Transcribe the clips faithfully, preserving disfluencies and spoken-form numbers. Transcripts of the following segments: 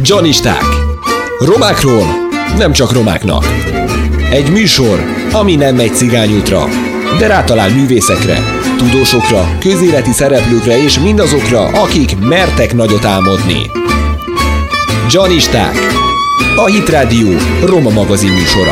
Johnnisták. Romákról nem csak romáknak. Egy műsor, ami nem megy cigányútra, de rátalál művészekre, tudósokra, közéleti szereplőkre és mindazokra, akik mertek nagyot álmodni. Johnnisták. A Hit Rádió roma magazin műsora.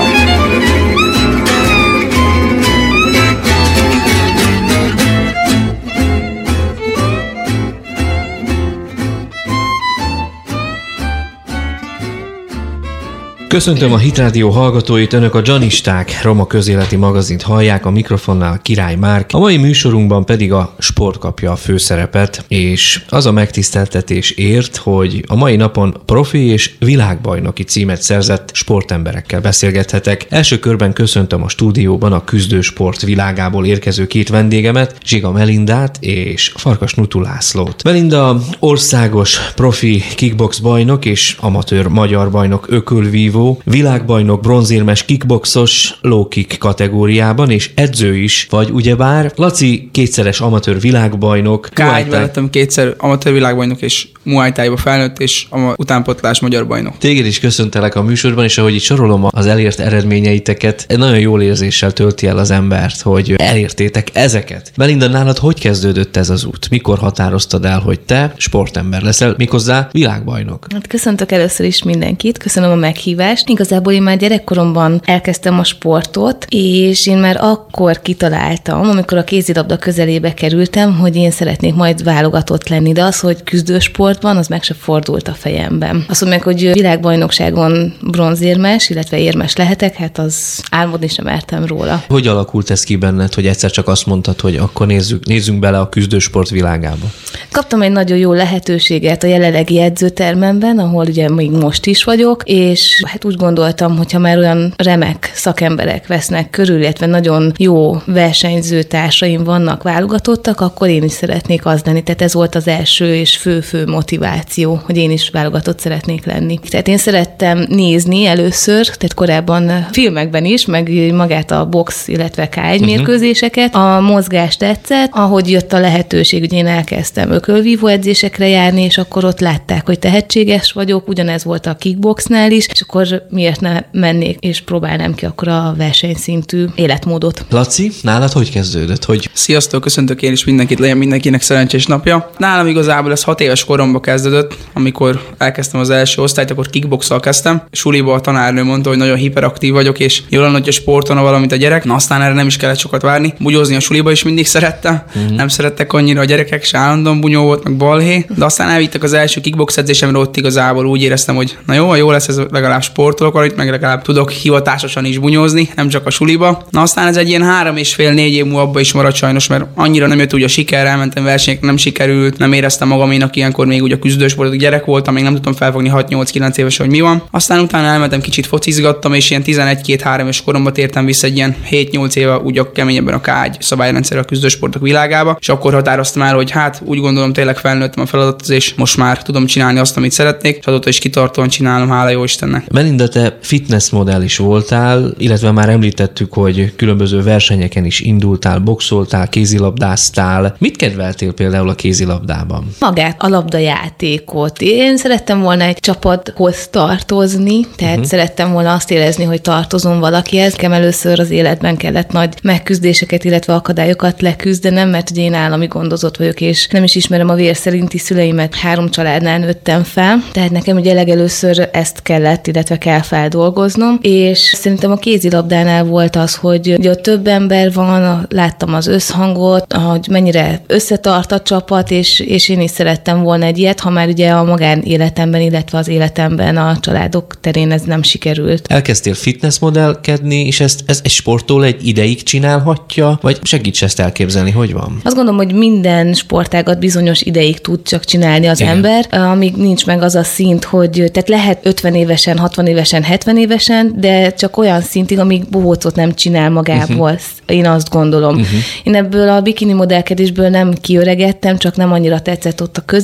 Köszöntöm a Hit Rádió hallgatóit, önök a Johnnisták roma közéleti magazint hallják, a mikrofonnál Király Márk, a mai műsorunkban pedig a sport kapja a főszerepet, és az a megtiszteltetés ért, hogy a mai napon profi és világbajnoki címet szerzett sportemberekkel beszélgethetek. Első körben köszöntöm a stúdióban a küzdősport világából érkező két vendégemet, Zsiga Melindát és Farkas Nutu Lászlót. Melinda országos profi kickbox bajnok és amatőr magyar bajnok ökölvívó, világbajnok, bronzérmes kickboxos low kick kategóriában, és edző is vagy, ugyebár. Laci kétszeres amatőr világbajnok. ká egyben lettem kétszer amatőr világbajnok, és Muay Thai-ba felnőtt, és utánpotlás magyar bajnok. Téged is köszöntelek a műsorban, és ahogy itt sorolom az elért eredményeiteket, egy nagyon jó érzéssel tölti el az embert, hogy elértétek ezeket. Melinda, nálad hogy kezdődött ez az út? Mikor határoztad el, hogy te sportember leszel, méghozzá világbajnok? Hát köszöntök először is mindenkit, köszönöm a meghívást. Igazából én már gyerekkoromban elkezdtem a sportot, és én már akkor kitaláltam, amikor a kézilabda közelébe kerültem, hogy én szeretnék majd válogatott lenni, de az, hogy küzdősport van, az meg se fordult a fejemben. Azt mondják, hogy világbajnokságon bronzérmes, illetve érmes lehetek, hát az álmodni sem mertem róla. Hogy alakult ez ki benned, hogy egyszer csak azt mondtad, hogy akkor nézzük, nézzünk bele a küzdősport világába? Kaptam egy nagyon jó lehetőséget a jelenlegi edzőtermemben, ahol ugye még most is vagyok, és hát úgy gondoltam, hogyha már olyan remek szakemberek vesznek körül, illetve nagyon jó versenyző társaim vannak, válogatottak, akkor én is szeretnék az lenni. Tehát ez volt az első és fő-fő motiváció, hogy én is válogatott szeretnék lenni. Tehát én szerettem nézni először, tehát korábban filmekben is, meg magát a box, illetve ká egy uh-huh. mérkőzéseket. A mozgás tetszett, ahogy jött a lehetőség, hogy én elkezdtem ökölvívó edzésekre járni, és akkor ott látták, hogy tehetséges vagyok, ugyanez volt a kickboxnál is, és akkor miért ne mennék, és próbálnám ki akkor a versenyszintű életmódot. Laci, nálad hogy kezdődött? Hogy... Sziasztok, köszöntök én is mindenkit, legyen mindenkinek szerencsés napja. Nálam igazából ez hat éves koromban kezdődött, amikor elkezdtem az első osztályt, akkor kickboxsal kezdtem. Suliba a tanárnő mondta, hogy nagyon hiperaktív vagyok, és jól lenne, hogyha sportolna valamit a gyerek. Na aztán erre nem is kellett sokat várni. Bugyózni a suliba is mindig szerettem. Mm-hmm. Nem szerettek annyira a gyerekek, se állandóan bunyó volt, meg balhé. De aztán elvittek az első kickbox edzésemre, ott igazából úgy éreztem, hogy na jó, jó lesz ez, legalább sportolok valamit, meg legalább tudok hivatásosan is bunyózni, nem csak a suliba. Na aztán ez egy ilyen három és fél, négy év múlva abba is maradt sajnos, mert annyira nem jött úgy a siker, elmentem versenyek, nem sikerült, nem éreztem magaménak, ilyenkor még úgy a küzdősportot, gyerek voltam, még nem tudtam felfogni hat-nyolc-kilenc éves, hogy mi van. Aztán utána elmentem, kicsit focizgattam, és ilyen tizenegy-két-három éves koromban tértem vissza egy ilyen hét-nyolc éve úgy a keményebben a ká egy szabályrendszer a küzdősportok világába, és akkor határoztam el, hogy hát úgy gondolom tényleg felnőttem a feladathoz, és most már tudom csinálni azt, amit szeretnék, és azóta is kitartóan csinálom, hála jó Istennek. Melinda, te fitness modell is voltál, illetve már említettük, hogy különböző versenyeken is indultál, boxoltál, kézilabdáztál. Mit kedveltél például a kézilabdában? Magát a labdajátékot. Én szerettem volna egy csapathoz tartozni, tehát uh-huh. szerettem volna azt érezni, hogy tartozom valakihez. Nekem először az életben kellett nagy megküzdéseket, illetve akadályokat leküzdenem, mert ugye én állami gondozott vagyok, és nem is ismerem a vér szerinti szüleimet, három családnál nőttem fel, tehát nekem ugye legelőször ezt kellett, illetve kell feldolgoznom, és szerintem a kézilabdánál volt az, hogy ugye több ember van, láttam az összhangot, hogy mennyire összetart a csapat, és, és én is szerettem volna egy ilyet, ha már ugye a magánéletemben, illetve az életemben a családok terén ez nem sikerült. Elkezdtél fitnessmodellkedni, és ezt ez egy sportoló egy ideig csinálhatja, vagy segíts ezt elképzelni, hogy van? Azt gondolom, hogy minden sportágat bizonyos ideig tud csak csinálni az Igen. ember, amíg nincs meg az a szint, hogy tehát lehet ötven évesen, hatvan évesen, hetven évesen, de csak olyan szintig, amíg bohócot nem csinál magából. Uh-huh. Én azt gondolom. Uh-huh. Én ebből a bikini modellkedésből nem kiöregettem, csak nem annyira tetszett ott a közeg. Jobb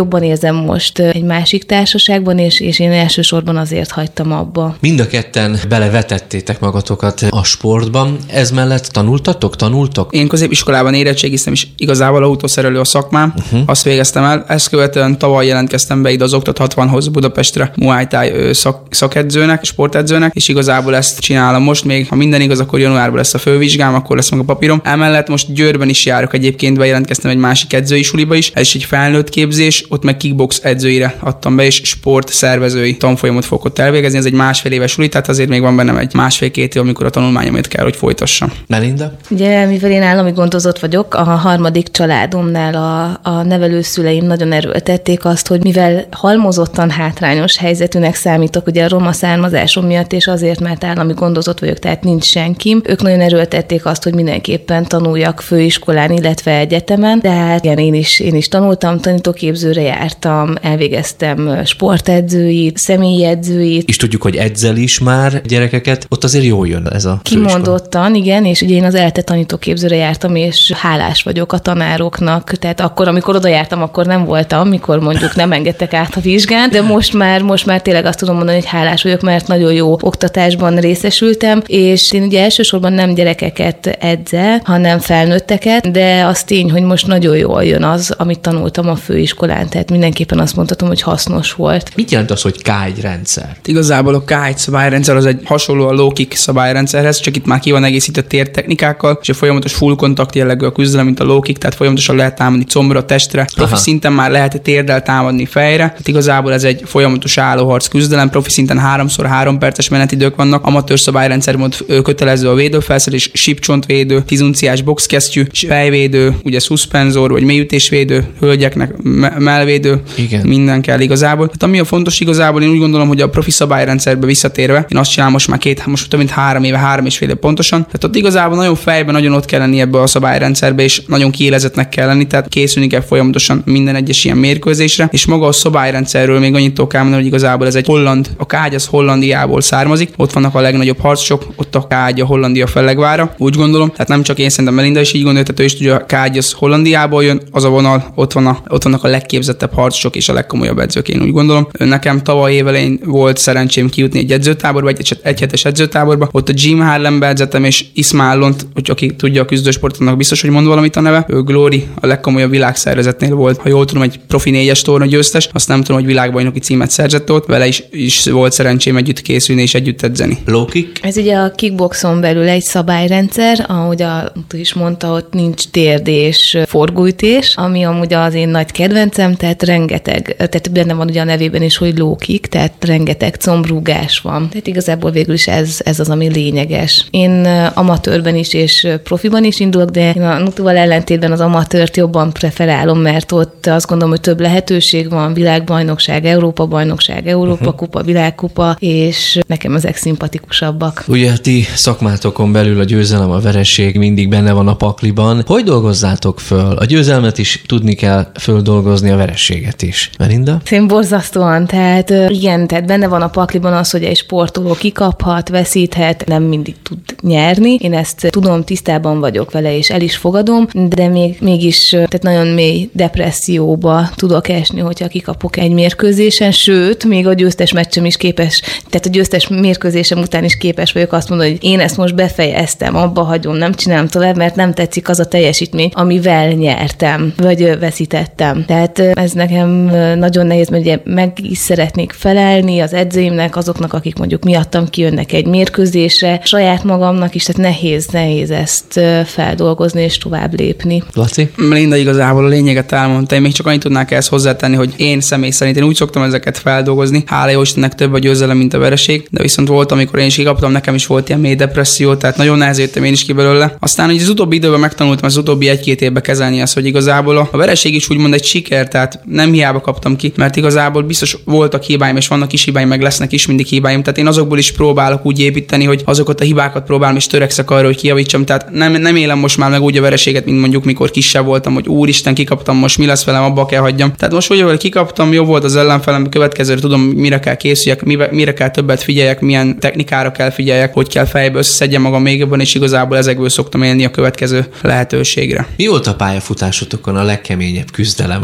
jobban érzem most egy másik társaságban, és, és én elsősorban azért hagytam abba. Mind a ketten belevetettétek magatokat a sportban. Ez mellett tanultatok, tanultok? Én középiskolában érettségiztem, és igazából autószerelő a szakmám. Uh-huh. Azt végeztem el. Ezt követően tavaly jelentkeztem be ide az Oktathatvanhoz Budapestre Muay Thai szak, szakedzőnek, sportedzőnek, és igazából ezt csinálom most még. Ha minden igaz, akkor januárban lesz a fővizsgám, akkor lesz meg a papírom. Emellett most Győrben is járok egyébként, bejelentkeztem egy másik edzői suliba is. Ez is egy felnőtt képzés, ott meg kickbox edzőire adtam be, és sport szervezői tanfolyamot fogok ott elvégezni. Ez egy másfél éves suli, tehát azért még van bennem egy másfél-két év, amikor a tanulmányomét kell, hogy folytassam. Melinda? Ugye, mivel én állami gondozott vagyok, a harmadik családomnál a, a nevelőszüleim nagyon erőltették azt, hogy mivel halmozottan hátrányos helyzetűnek számítok, ugye a roma származásom miatt, és azért, mert állami gondozott vagyok, tehát nincs senkim. Ők nagyon erőltették azt, hogy mindenképpen tanuljak főiskolán, illetve egyetemen. Tehát igen, én is, én is tanultam, tanítóképzőre jártam, elvégeztem sportedzőit, személyi edzőit. És tudjuk, hogy edzel is már gyerekeket, ott azért jól jön ez a főiskola. Kimondottan, igen, és ugye én az ELTE tanítóképzőre jártam, és hálás vagyok a tanároknak. Tehát akkor, amikor oda jártam, akkor nem voltam, mikor mondjuk nem engedtek át a vizsgán, de most már, most már tényleg azt tudom mondani, hogy hálás vagyok, mert nagyon jó oktatásban részesültem, és én ugye elsősorban nem gyerekeket edzel, hanem felnőtteket, de az tény, hogy most nagyon jól jön az, amit tanultam a főiskolán, tehát mindenképpen azt mondhatom, hogy hasznos volt. Mit jelent az, hogy ká egy rendszer? Igazából a ká egy szabályrendszer az egy hasonló a low kick szabályrendszerhez, csak itt már ki van egészített tértechnikákkal, és a folyamatos full kontakt jellegű a küzdelem, mint a low kick, tehát folyamatosan lehet támadni combra, testre. Profi Aha. szinten már lehet térdel támadni fejre. Tehát igazából ez egy folyamatos állóharc küzdelem, profi szinten háromszor három perces menetidők vannak, amatőr szabályrendszerben kötelező a védőfelszerelés, sípcsontvédő, tizunciás boxkesztyű, fejvédő, ugye szuszpenzor vagy mélyütésvédő, hölgyeknek me- mellvédő, Igen. minden kell igazából. Tehát ami a fontos igazából, én úgy gondolom, hogy a profi szabályrendszerbe visszatérve, én azt csinálom most már két, most több mint három éve, három és fél éve pontosan. Tehát ott igazából nagyon fejben, nagyon ott kell lenni ebbe a szabályrendszerbe, és nagyon kiélezettnek kell lenni, tehát készülni kell folyamatosan minden egyes ilyen mérkőzésre, és maga a szabályrendszerről még annyit tudok elmondani, hogy igazából ez egy holland, a ká egy az Hollandiából származik, ott vannak a legnagyobb harcosok, ott a ká egy a Hollandia fellegvára, úgy gondolom, tehát nem csak én, szerintem Melinda is így gondolja, tehát ő is tudja, a ká egy az Hollandiából jön, az a vonal, ott, van a, ott vannak a legképzettebb harcosok és a legkomolyabb edzők, én úgy gondolom. Nekem tavaly évelején volt szerencsém kijutni egy edzőtáborba, egy, egy hetes edzőtáborba, ott a Jim Harlembe edzettem, és Ismailont, hogy aki tudja a küzdősportnak, biztos, hogy mond valamit a neve. Ő Glory, a legkomolyabb világszervezetnél volt, ha jól tudom, egy profi négyes torna győztes, azt nem tudom, hogy világbajnoki címet szerzett ott, vele is, is volt szerencsém együtt készülni és együtt edzeni. Low kick? Ez ugye a kickboxon belül egy szabályrendszer, ahogy a, is mondta, ott nincs térd és forgóütés, ami amúgy az én nagy kedvencem, tehát rengeteg, tehát benne van ugye a nevében is, hogy low kick, tehát rengeteg combrúgás van. Tehát igazából végül is ez, ez az, ami lényeges. Én amatőrben is és profiban is indulok, de én a Nutuval ellentétben az amatőrt jobban preferálom, mert ott azt gondolom, hogy több lehetőség van, világbajnokság, Európa-bajnokság, Európa-kupa, világkupa, és nekem ezek szimpatikusabbak. Ugye ti szakmátokon belül a győzelem, a vereség mindig benne van a pakliban. Hogy dolgozzátok föl? A győzelmet is tudni kell földolgozni, a verességet is. Melinda? Én borzasztóan, tehát igen, tehát benne van a pakliban az, hogy egy sportoló kikaphat, veszíthet, nem mindig tud nyerni. Én ezt tudom, tisztában vagyok vele, és el is fogadom, de még, mégis tehát nagyon mély depresszióba tudok esni, hogyha kikapok egy mérkőzésen, sőt, még a győztes meccsem is képes, tehát a győztes mérkőzésem után is képes vagyok azt mondani, hogy én ezt most befejeztem, abba hagyom, nem csinálom tovább, mert nem tetszik az a teljesítmény, amivel nyertem, vagy veszítettem. Tehát ez nekem nagyon nehéz, mert ugye meg is szeretnék felelni az edzőimnek, azoknak, akik mondjuk miattam kijönnek egy mérkőzésre, saját magamnak is, tehát nehéz, nehéz ezt feldolgozni és tovább lépni. Laci? Melinda igazából a lényeget elmondta, én még csak annyit tudnák ezt hozzátenni, hogy én személy szerint én úgy szoktam ezeket feldolgozni, hála jó Istennek több a győzelem, mint a vereség, de viszont volt, amikor én is kikaptam, nekem is volt ilyen mély depresszió, tehát nagyon nehezen jöttem én is ki belőle. Aztán hogy az utóbbi időben megtanultam az utóbbi egy-két évben kezelni azt, hogy igazából a vereség is úgymond egy siker, tehát nem hiába kaptam ki, mert igazából biztos voltak hibáim, és vannak is hibáim, meg lesznek is mindig hibáim. Tehát én azokból is próbálok úgy építeni, hogy azokat a hibákat próbálom, és törekszek arra, hogy kijavítsam. Tehát nem, nem élem most már meg úgy a vereséget, mint mondjuk mikor kisebb voltam, hogy úristen, kikaptam, most mi lesz velem, abba kell hagyjam. Tehát most úgy, hogy kikaptam, jó volt az ellenfelem, következőre tudom, mire kell készüljek, mire, mire kell többet figyeljek, milyen technikára kell figyeljek, hogy kell fejbe összeszedjem magam még jobban, és igazából ezekből szoktam élni a következő lehetőségre. Mi volt a pályafutásotokon a legkeményebb küzdelem? Én csak a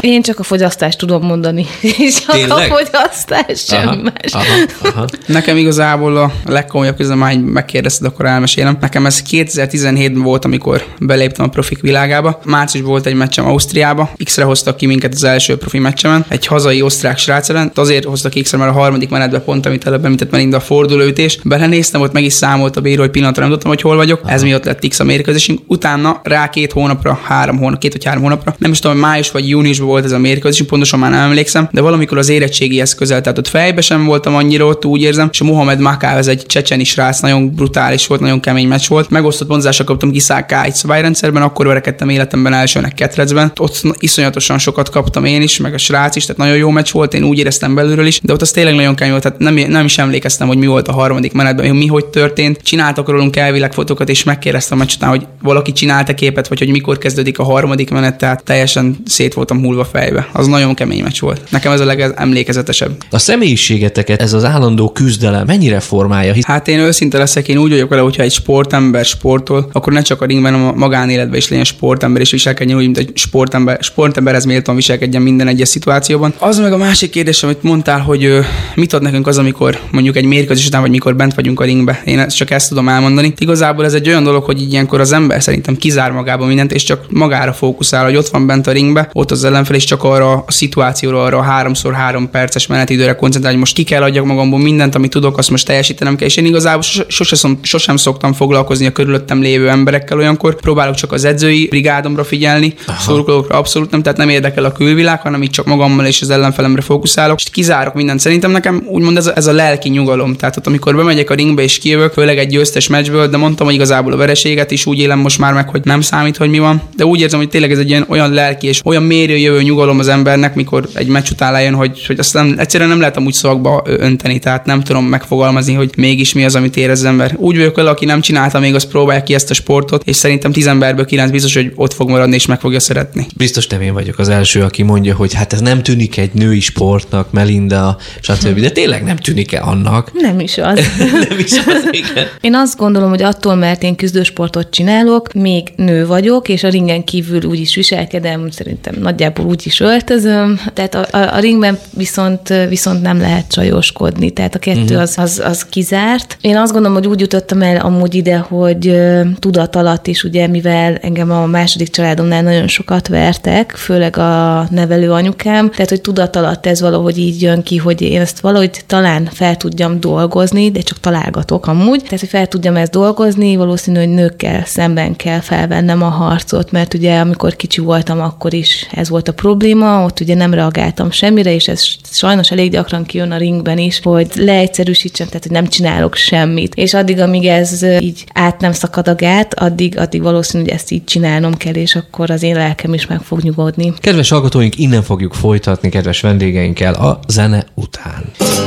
fogyasztást tudom mondani, és csak a fogyasztás, semmi aha, más. Aha, aha. Nekem igazából a legkomolyabb közben már megkérdezted, akkor elmesélem. Nekem ez kétezer-tizenhétben volt, amikor beléptem a profik világába. Márciusban volt egy meccsem Ausztriába, X-re hoztak ki minket az első profi meccsemen, egy hazai osztrák srác ellen. Azért hoztak X-re, mert a harmadik menetben pont, amit előbb említett Melinda, a fordulóütés. Belenéztem, ott meg is számolt a bíró, hogy pillanatra nem tudtam, hogy hol vagyok. Aha. Ez miatt lett X a mérkőzésünk. Utána rá két hónapra, három hónap, két vagy három hónapra, nem is tudom, május vagy júniusban volt ez a mérkőzésünk, pontosan már nem emlékszem, de valamikor az érettségihez közel, tehát ott fejbe sem voltam annyira ott, úgy érzem, és a Mohamed Makáv, ez egy csecseni srác, nagyon brutális volt, nagyon kemény meccs volt. Megosztott vonzásra kaptam Giszák egy szabályrendszerben, akkor verekedtem életemben elsőnek ketrecben. Ott iszonyatosan sokat kaptam én is, meg a srác is, tehát nagyon jó meccs volt, én úgy éreztem belülről is, de ott az tényleg nagyon kemény volt, tehát nem, nem is emlékeztem, hogy mi volt a harmadik menetben, mi hogy történt. Csináltak rólunk elvileg fotókat, és megkérdeztem a meccs után, hogy valaki csinálta képet, vagy hogy mikor kezdődik a harmadik menet, tehát teljesen szét voltam hullva fejbe. Az nagyon kemény meccs volt. Nekem ez a legemlékezetesebb. A személyiségeteket ez az állandó küzdelem mennyire formálja? Hát én őszinte leszek, én úgy vagyok vele, hogyha egy sportember sportol, akkor ne csak a ringben, a magánéletben is legyen sportember, és viselkedjen úgy, mint egy sportember, sportemberhez méltóan viselkedjen minden egyes szituációban. Az meg a másik kérdés, amit mondtál, hogy ö, mit ad nekünk az, amikor mondjuk egy mérkőzés után, vagy mikor bent vagyunk a ringbe. Én csak ezt tudom elmondani. Igazából ez egy olyan dolog, hogy így ilyenkor az ember szerintem kizár magából mindent, és csak magára fókuszál, hogy ott van bent a ringbe, ott az ellenfél, és csak arra a szituációra, arra a háromszor három perces menetidőre koncentrálni, hogy most ki kell adjak magamból mindent, amit tudok, azt most teljesítenem kell. És én igazából sosem, sosem szoktam foglalkozni a körülöttem lévő emberekkel olyankor. Próbálok csak az edzői brigádomra figyelni, szurkolókra abszolút nem, tehát nem érdekel a külvilág, hanem így csak magammal és az ellenfelemre fókuszálok, és kizárok mindent. Szerintem nekem úgymond ez a, ez a lelki nyugalom. Tehát ott, amikor bemegyek a ringbe és kijövök, főleg egy győztes meccsből, de mondtam, hogy igazából a vereséget is úgy élem most már meg, hogy nem számít, hogy mi van. De úgy érzem, hogy tényleg ez egy ilyen olyan lelki és olyan mérő jövő nyugalom az embernek, mikor egy meccs után lejön, hogy, hogy azt nem, egyszerűen nem lehet amúgy szavakba önteni, tehát nem tudom megfogalmazni, hogy mégis mi az, amit érez az ember. Úgy vagyok vele, aki nem csinálta még, az próbálja ki ezt a sportot, és szerintem tíz emberből kilenc biztos, hogy ott fog maradni és meg fogja szeretni. Biztos nem én vagyok az első, aki mondja, hogy hát ez nem tűnik egy női sportnak, Melinda, stb. De tényleg nem tűnik-e annak? Nem is az. Nem is az, igen. Én azt gondolom, hogy attól, mert én küzdősportot csinálok, még nő vagyok, és a ringen kívül úgy is viselkedem, szerintem nagyjából úgy is öltözöm. Tehát a, a, a ringben viszont, viszont nem lehet csajoskodni, tehát a kettő uh-huh. az, az, az kizárt. Én azt gondolom, hogy úgy jutottam el amúgy ide, hogy uh, tudat alatt is, ugye, mivel engem a második családomnál nagyon sokat vertek, főleg a nevelő anyukám, tehát hogy tudat alatt ez valahogy így jön ki, hogy én ezt valahogy talán fel tudjam dolgozni, de csak találgatok amúgy, tehát hogy fel tudjam ezt dolgozni, valószínű, hogy nőkkel szemben kell felvennem a harcot, mert ugye amikor kicsi voltam, akkor is ez volt a probléma, ott ugye nem reagáltam semmire, és ez sajnos elég gyakran kijön a ringben is, hogy leegyszerűsítsem, tehát hogy nem csinálok semmit. És addig, amíg ez így át nem szakad a gát, addig, addig valószínű, hogy ezt így csinálnom kell, és akkor az én lelkem is meg fog nyugodni. Kedves hallgatóink, innen fogjuk folytatni kedves vendégeinkkel a zene után.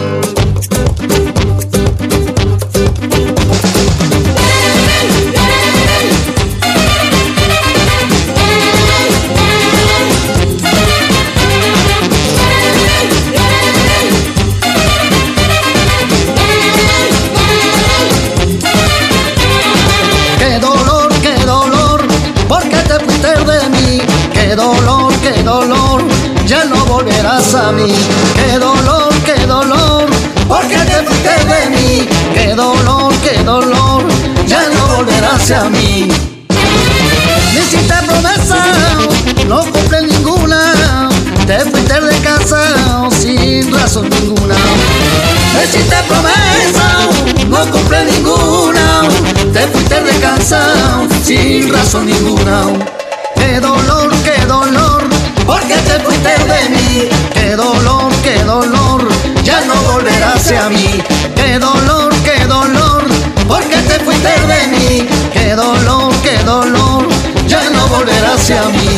A mí, qué dolor, qué dolor, porque te fuiste de mí, qué dolor, qué dolor, ya no volverás a mí. Me hiciste promesa, no cumple ninguna, te fuiste de casa sin razón ninguna. Me hiciste promesa, no cumple ninguna, te fuiste de casa sin razón ninguna. Qué dolor, qué dolor, porque te fuiste de mí, qué dolor, qué dolor, ya no volverás a mí, qué dolor, qué dolor, porque te fuiste de mí, qué dolor, qué dolor, ya no volverás a mí.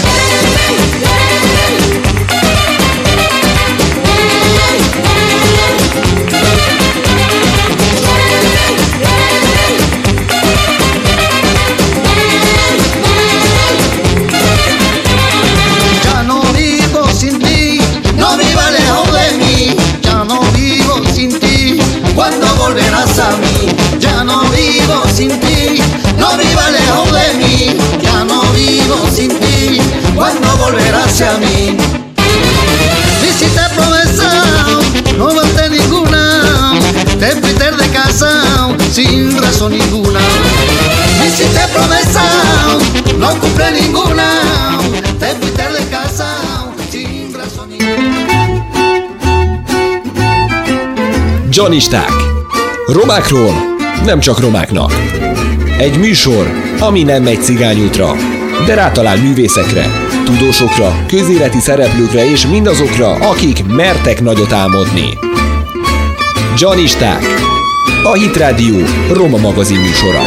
Volverás a mí, ya no vivo sin ti, no viva lejos de mí, ya no vivo sin ti, cuando volverás a mí. sin razón ninguna. Me hiciste promesa, no cumple ninguna. Te fuiste de casa sin razón ninguna. Janisták. Romákról nem csak romáknak. Egy műsor, ami nem megy cigányútra, de rátalál művészekre, tudósokra, közéleti szereplőkre és mindazokra, akik mertek nagyot álmodni. Janisták. A Hit Rádió Roma magazin műsora.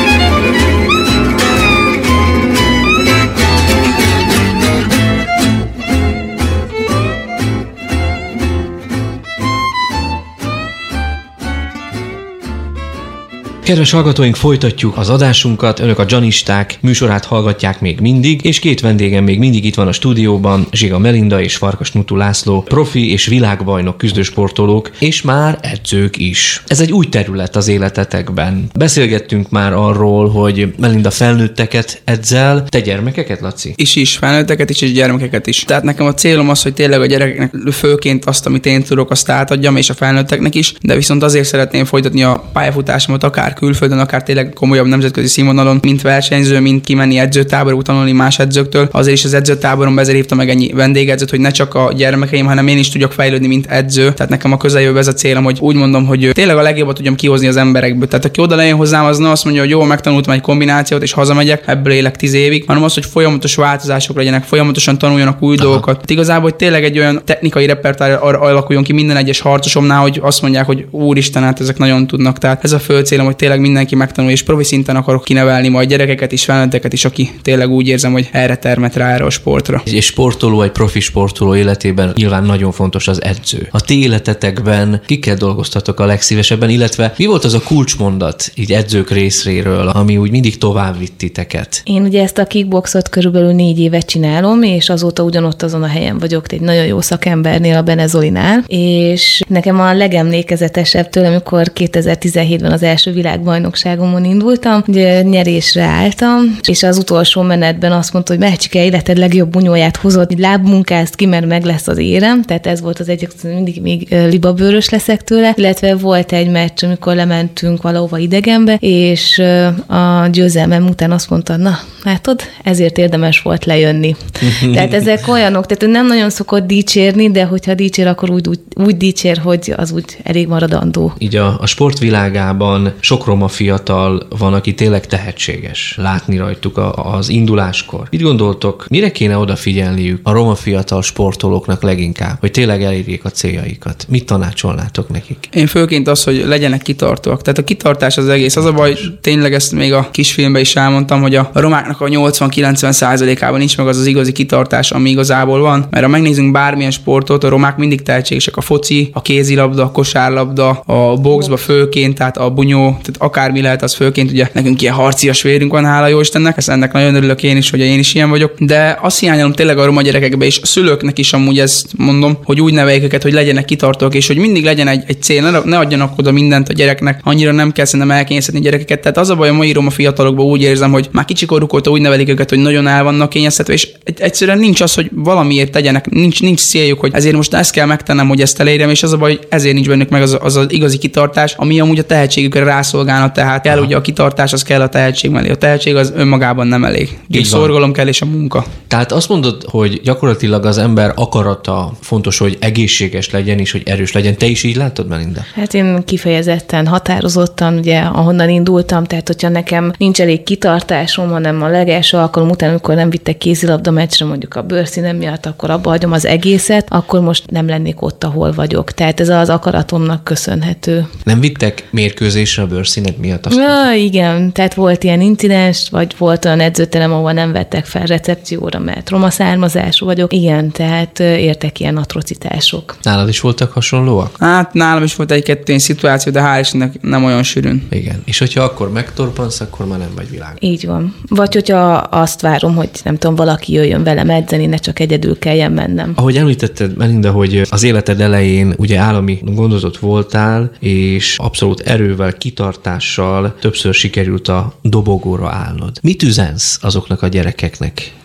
Kedves hallgatóink, folytatjuk az adásunkat, önök a Janisták műsorát hallgatják még mindig, és két vendégem még mindig itt van a stúdióban, Zsiga Melinda és Farkas Nutu László, profi és világbajnok küzdősportolók, és már edzők is. Ez egy új terület az életetekben. Beszélgettünk már arról, hogy Melinda felnőtteket edzel, te gyermekeket, Laci? Is is, felnőtteket is, és gyermekeket is. Tehát nekem a célom az, hogy tényleg a gyerekeknek főként azt, amit én tudok, azt átadjam, és a felnőtteknek is, de viszont azért szeretném folytatni a pályafutásomat akár külföldön, akár tényleg komolyabb nemzetközi színvonalon, mint versenyző, mint kimenni edzőtáborba, tanulni más edzőktől. Azért is az edzőtáboron ezért hívtam meg ennyi vendégedzőt, hogy ne csak a gyermekeim, hanem én is tudjak fejlődni, mint edző. Tehát nekem a közeljövőben ez a célom, hogy úgy mondom, hogy tényleg a legjobbat tudjam kihozni az emberekből. Tehát aki oda lejön hozzám, az ne azt mondja, hogy jó, megtanultam egy kombinációt és hazamegyek, ebből élek tíz évig, hanem az, hogy folyamatos változások legyenek, folyamatosan tanuljanak új Aha. dolgokat. Tehát igazából, hogy tényleg egy olyan technikai repertoár alakuljon ki minden egyes harcosomnál, hogy azt mondják, hogy úristen, hát ezek nagyon tudnak. Tehát ez a fő célom, hogy tényleg mindenki megtanul, és profi szinten akarok kinevelni majd gyerekeket is, felnőtteket is, aki tényleg úgy érzem, hogy erre termet rá erre a sportra. Egy sportoló, egy profi sportoló életében nyilván nagyon fontos az edző. A ti életetekben kikkel dolgoztatok a legszívesebben, illetve mi volt az a kulcsmondat így edzők részéről, ami úgy mindig tovább vitt titeket? Én ugye ezt a kickboxot körülbelül négy évet csinálom, és azóta ugyanott azon a helyen vagyok, egy nagyon jó szakembernél, a Bene Zolinál, és nekem a legemlékezetesebb tőle, amikor kétezer-tizenhétben az első világbajnokságomon indultam, ugye nyerésre álltam, és az utolsó menetben azt mondta, hogy Melcsike, életed legjobb bunyóját hozod, lábmunkázd ki, mert meg lesz az érem, tehát ez volt az egyik, mindig még libabőrös leszek tőle, illetve volt egy meccs, amikor lementünk valahova idegenbe, és a győzelmem után azt mondta, na, látod, ezért érdemes volt lejönni. Tehát ezek olyanok, tehát nem nagyon szokott dicsérni, de hogyha dicsér, akkor úgy, úgy, úgy dicsér, hogy az úgy elég maradandó. Így a, a sportvilágában sok roma fiatal van, aki tényleg tehetséges. Látni rajtuk a, az induláskor. Mit gondoltok, mire kéne odafigyelniük a roma fiatal sportolóknak leginkább, hogy tényleg elérjék a céljaikat? Mit tanácsolnátok nekik? Én főként az, hogy legyenek kitartóak. Tehát a kitartás az egész. Az a baj, tényleg ezt még a kisfilmben is elmondtam, hogy a romáknak a nyolcvan-kilencven százalékában nincs meg az az igazi kitartás, ami igazából van. Mert ha megnézzünk bármilyen sportot, a romák mindig tehetségesek. A foci, a kézilabda, a kosárlabda, a boxba főként, tehát a bunyó, tehát akármi lehet, az főként ugye nekünk ilyen harcias vérünk van, hála jó Istennek, ezt ennek nagyon örülök én is, hogy én is ilyen vagyok, de azt hiányolom tényleg a roma gyerekekbe, és a szülőknek is amúgy ezt mondom, hogy úgy neveljük őket, hogy legyenek kitartók, és hogy mindig legyen egy, egy cél, ne, ne adjanak oda mindent a gyereknek, annyira nem kell szerintem elkényeztetni gyerekeket. Tehát az a baj, a mai roma fiatalokban úgy érzem, hogy már kicsikoruk óta úgy nevelik őket, hogy nagyon el vannak kényeztetve, és egyszerűen nincs az, hogy valamiért tegyenek, nincs, nincs céljuk, hogy ezért most ezt kell megtennem, hogy ezt elérjem, és az a baj, hogy ezért nincs bennük meg az, az, az igazi kitartás, ami amúgy a tehetségükre rászolgálna, tehát kell ugye a kitartás, az kell a tehetség mellé. A tehetség az önmagában nem elég. Így szorgalom kell, és a munka. Tehát azt mondod, hogy gyakorlatilag az ember akarata fontos, hogy egészséges legyen és hogy erős legyen. Te is így látod, Melinda? Hát én kifejezetten, határozottan, ugye, ahonnan indultam, tehát hogyha nekem nincs elég kitartásom, hanem a legelső alkalom után, amikor nem vittek kézilabda meccsre, mondjuk a bőrszínem miatt, akkor abba hagyom az egészet, akkor most nem lennék ott, ahol vagyok. Tehát ez az akaratomnak köszönhető. Nem vittek mérkőzésre a bőrszíned miatt? Azt ja, igen, tehát volt ilyen incidens, vagy volt olyan edzőterem, ahol nem vettek fel recepcióra, mert roma származású vagyok. Igen, tehát értek ilyen atrocitások. Nálad is voltak hasonlóak? Hát nálam is volt egy-kettő ilyen szituáció, de hál' Istennek nem olyan sűrűn. Igen. És hogyha akkor megtorpansz, akkor már nem vagy világ. Így van. Vagy hogyha azt várom, hogy nem tudom, valaki jöjjön velem edzeni, ne csak egyedül kelljen mennem. Ahogy említetted, Melinda, hogy az életed elején ugye állami gondozott voltál, és abszolút erővel, kitartással többször sikerült a dobogóra állnod. Mit üzensz azoknak a gyerekeknek,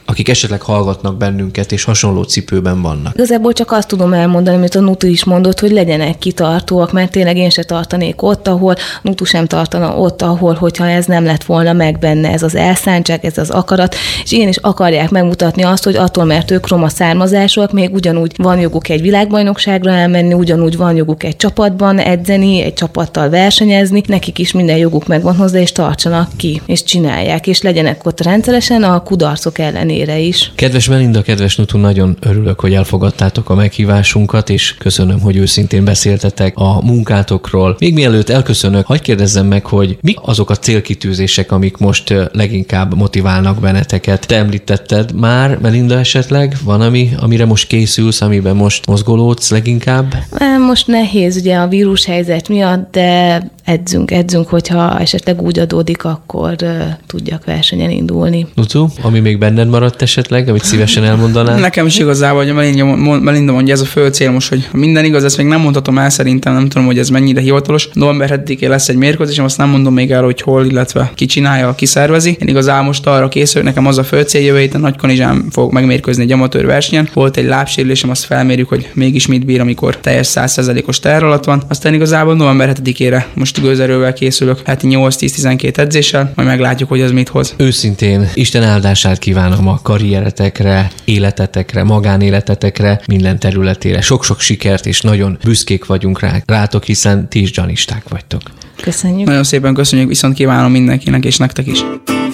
akik esetleg hallgatnak bennünket, és hasonló cipőben vannak? Igazából csak azt tudom elmondani, amit a Nutu is mondott, hogy legyenek kitartóak, mert tényleg én se tartanék ott, ahol Nutu sem tartana ott, ahol, hogyha ez nem lett volna meg benne, ez az elszántság, ez az akarat, és igenis akarják megmutatni azt, hogy attól, mert ők roma származásúak, még ugyanúgy van joguk egy világbajnokságra elmenni, ugyanúgy van joguk egy csapatban edzeni, egy csapattal versenyezni, nekik is minden joguk megvan hozzá, és tartsanak ki, és csinálják, és legyenek ott rendszeresen a kudarcok ellenére is. Kedves Melinda, kedves Nutu, nagyon örülök, hogy elfogadtátok a meghívásunkat, és köszönöm, hogy őszintén beszéltetek a munkátokról. Még mielőtt elköszönök, hadd kérdezzem meg, hogy mik azok a célkitűzések, amik most leginkább motiválnak benneteket. Te említetted már, Melinda, esetleg van, ami, amire most készülsz, amiben most mozgolódsz leginkább? Most nehéz ugye a vírushelyzet miatt, de edzünk, edzünk, hogyha esetleg úgy adódik, akkor uh, tudjak versenyen indulni. Nutu, ami még benned maradt esetleg, amit szívesen elmondanál? Nekem is igazából, hogy Melinda mondja, ez a fő cél most, hogy minden igaz, ezt még nem mondhatom el, szerintem nem tudom, hogy ez mennyire hivatalos. november hetedikén lesz egy mérkőzésem, azt nem mondom még el, hogy hol, illetve ki csinálja, ki szervezi. Én igazából most arra készülök, nekem az a fő cél, jövő héten Nagykanizsán fog megmérkőzni egy amatőr versenyen. Volt egy lábsérülésem, azt felmérjük, hogy mégis mit bír, amikor teljes száz százalékos teher alatt van. Aztán igazából november hetedikére most gőzerővel készülök, hát nyolc-tíz-tizenkét edzéssel, majd meglátjuk, hogy az mit hoz. Őszintén Isten áldását kívánom a karrieretekre, életetekre, magánéletetekre, minden területére. Sok-sok sikert, és nagyon büszkék vagyunk rá, rátok, hiszen ti is gyanisták vagytok. Köszönjük. Nagyon szépen köszönjük, viszont kívánom mindenkinek és nektek is.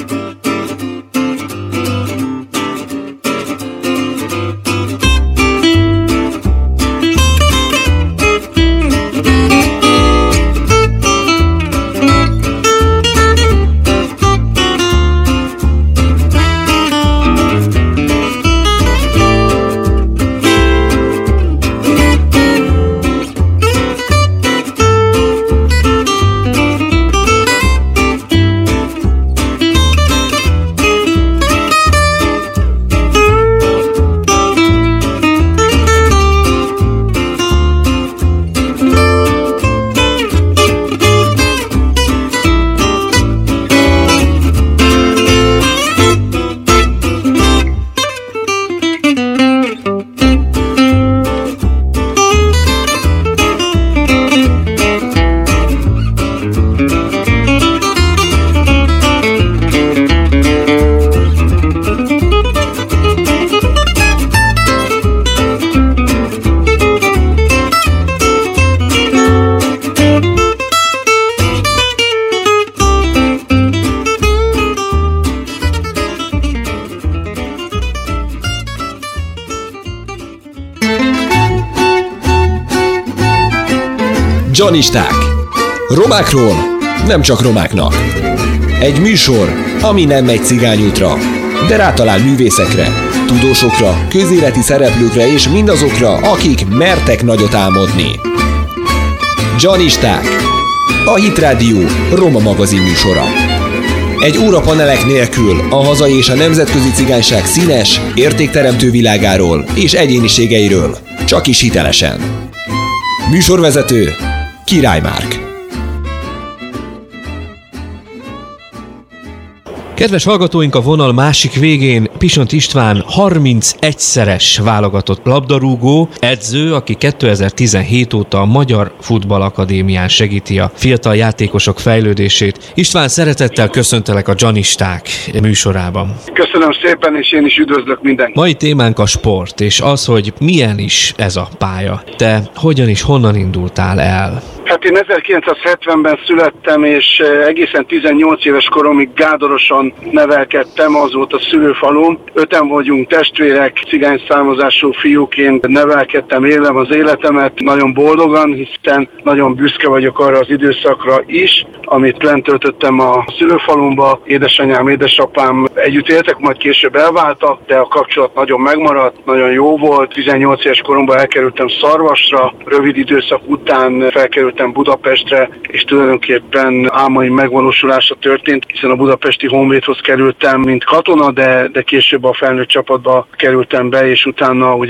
Gyanisták. Romákról nem csak romáknak. Egy műsor, ami nem megy cigányútra, de rátalál művészekre, tudósokra, közéleti szereplőkre és mindazokra, akik mertek nagyot álmodni. Gyanisták. A Hit Rádió roma magazin műsora. Egy óra panelek nélkül a hazai és a nemzetközi cigányság színes, értékteremtő világáról és egyéniségeiről, csak is hitelesen. Műsorvezető Király Márk. Kedves hallgatóink, a vonal másik végén Pisont István harmincegyszeres válogatott labdarúgó, edző, aki kétezer-tizenhét óta a Magyar Futballakadémián segíti a fiatal játékosok fejlődését. István, szeretettel köszöntelek a Gyanisták műsorában. Köszönöm szépen, és én is üdvözlök mindenkit. Mai témánk a sport, és az, hogy milyen is ez a pálya. Te hogyan és honnan indultál el? Hát én ezerkilencszázhetvenben születtem, és egészen tizennyolc éves koromig Gádoroson nevelkedtem, az volt a szülőfalum. Öten vagyunk testvérek, cigány származású fiúként nevelkedtem, élem az életemet nagyon boldogan, hiszen nagyon büszke vagyok arra az időszakra is, amit lent töltöttem a szülőfalumba. Édesanyám, édesapám együtt éltek, majd később elváltak, de a kapcsolat nagyon megmaradt, nagyon jó volt. tizennyolc éves koromban elkerültem Szarvasra, rövid időszak után felkerültem Budapestre, és tulajdonképpen álmaim megvalósulása történt, hiszen a budapesti Honvédhoz kerültem, mint katona, de, de később a felnőtt csapatba kerültem be, és utána ugye a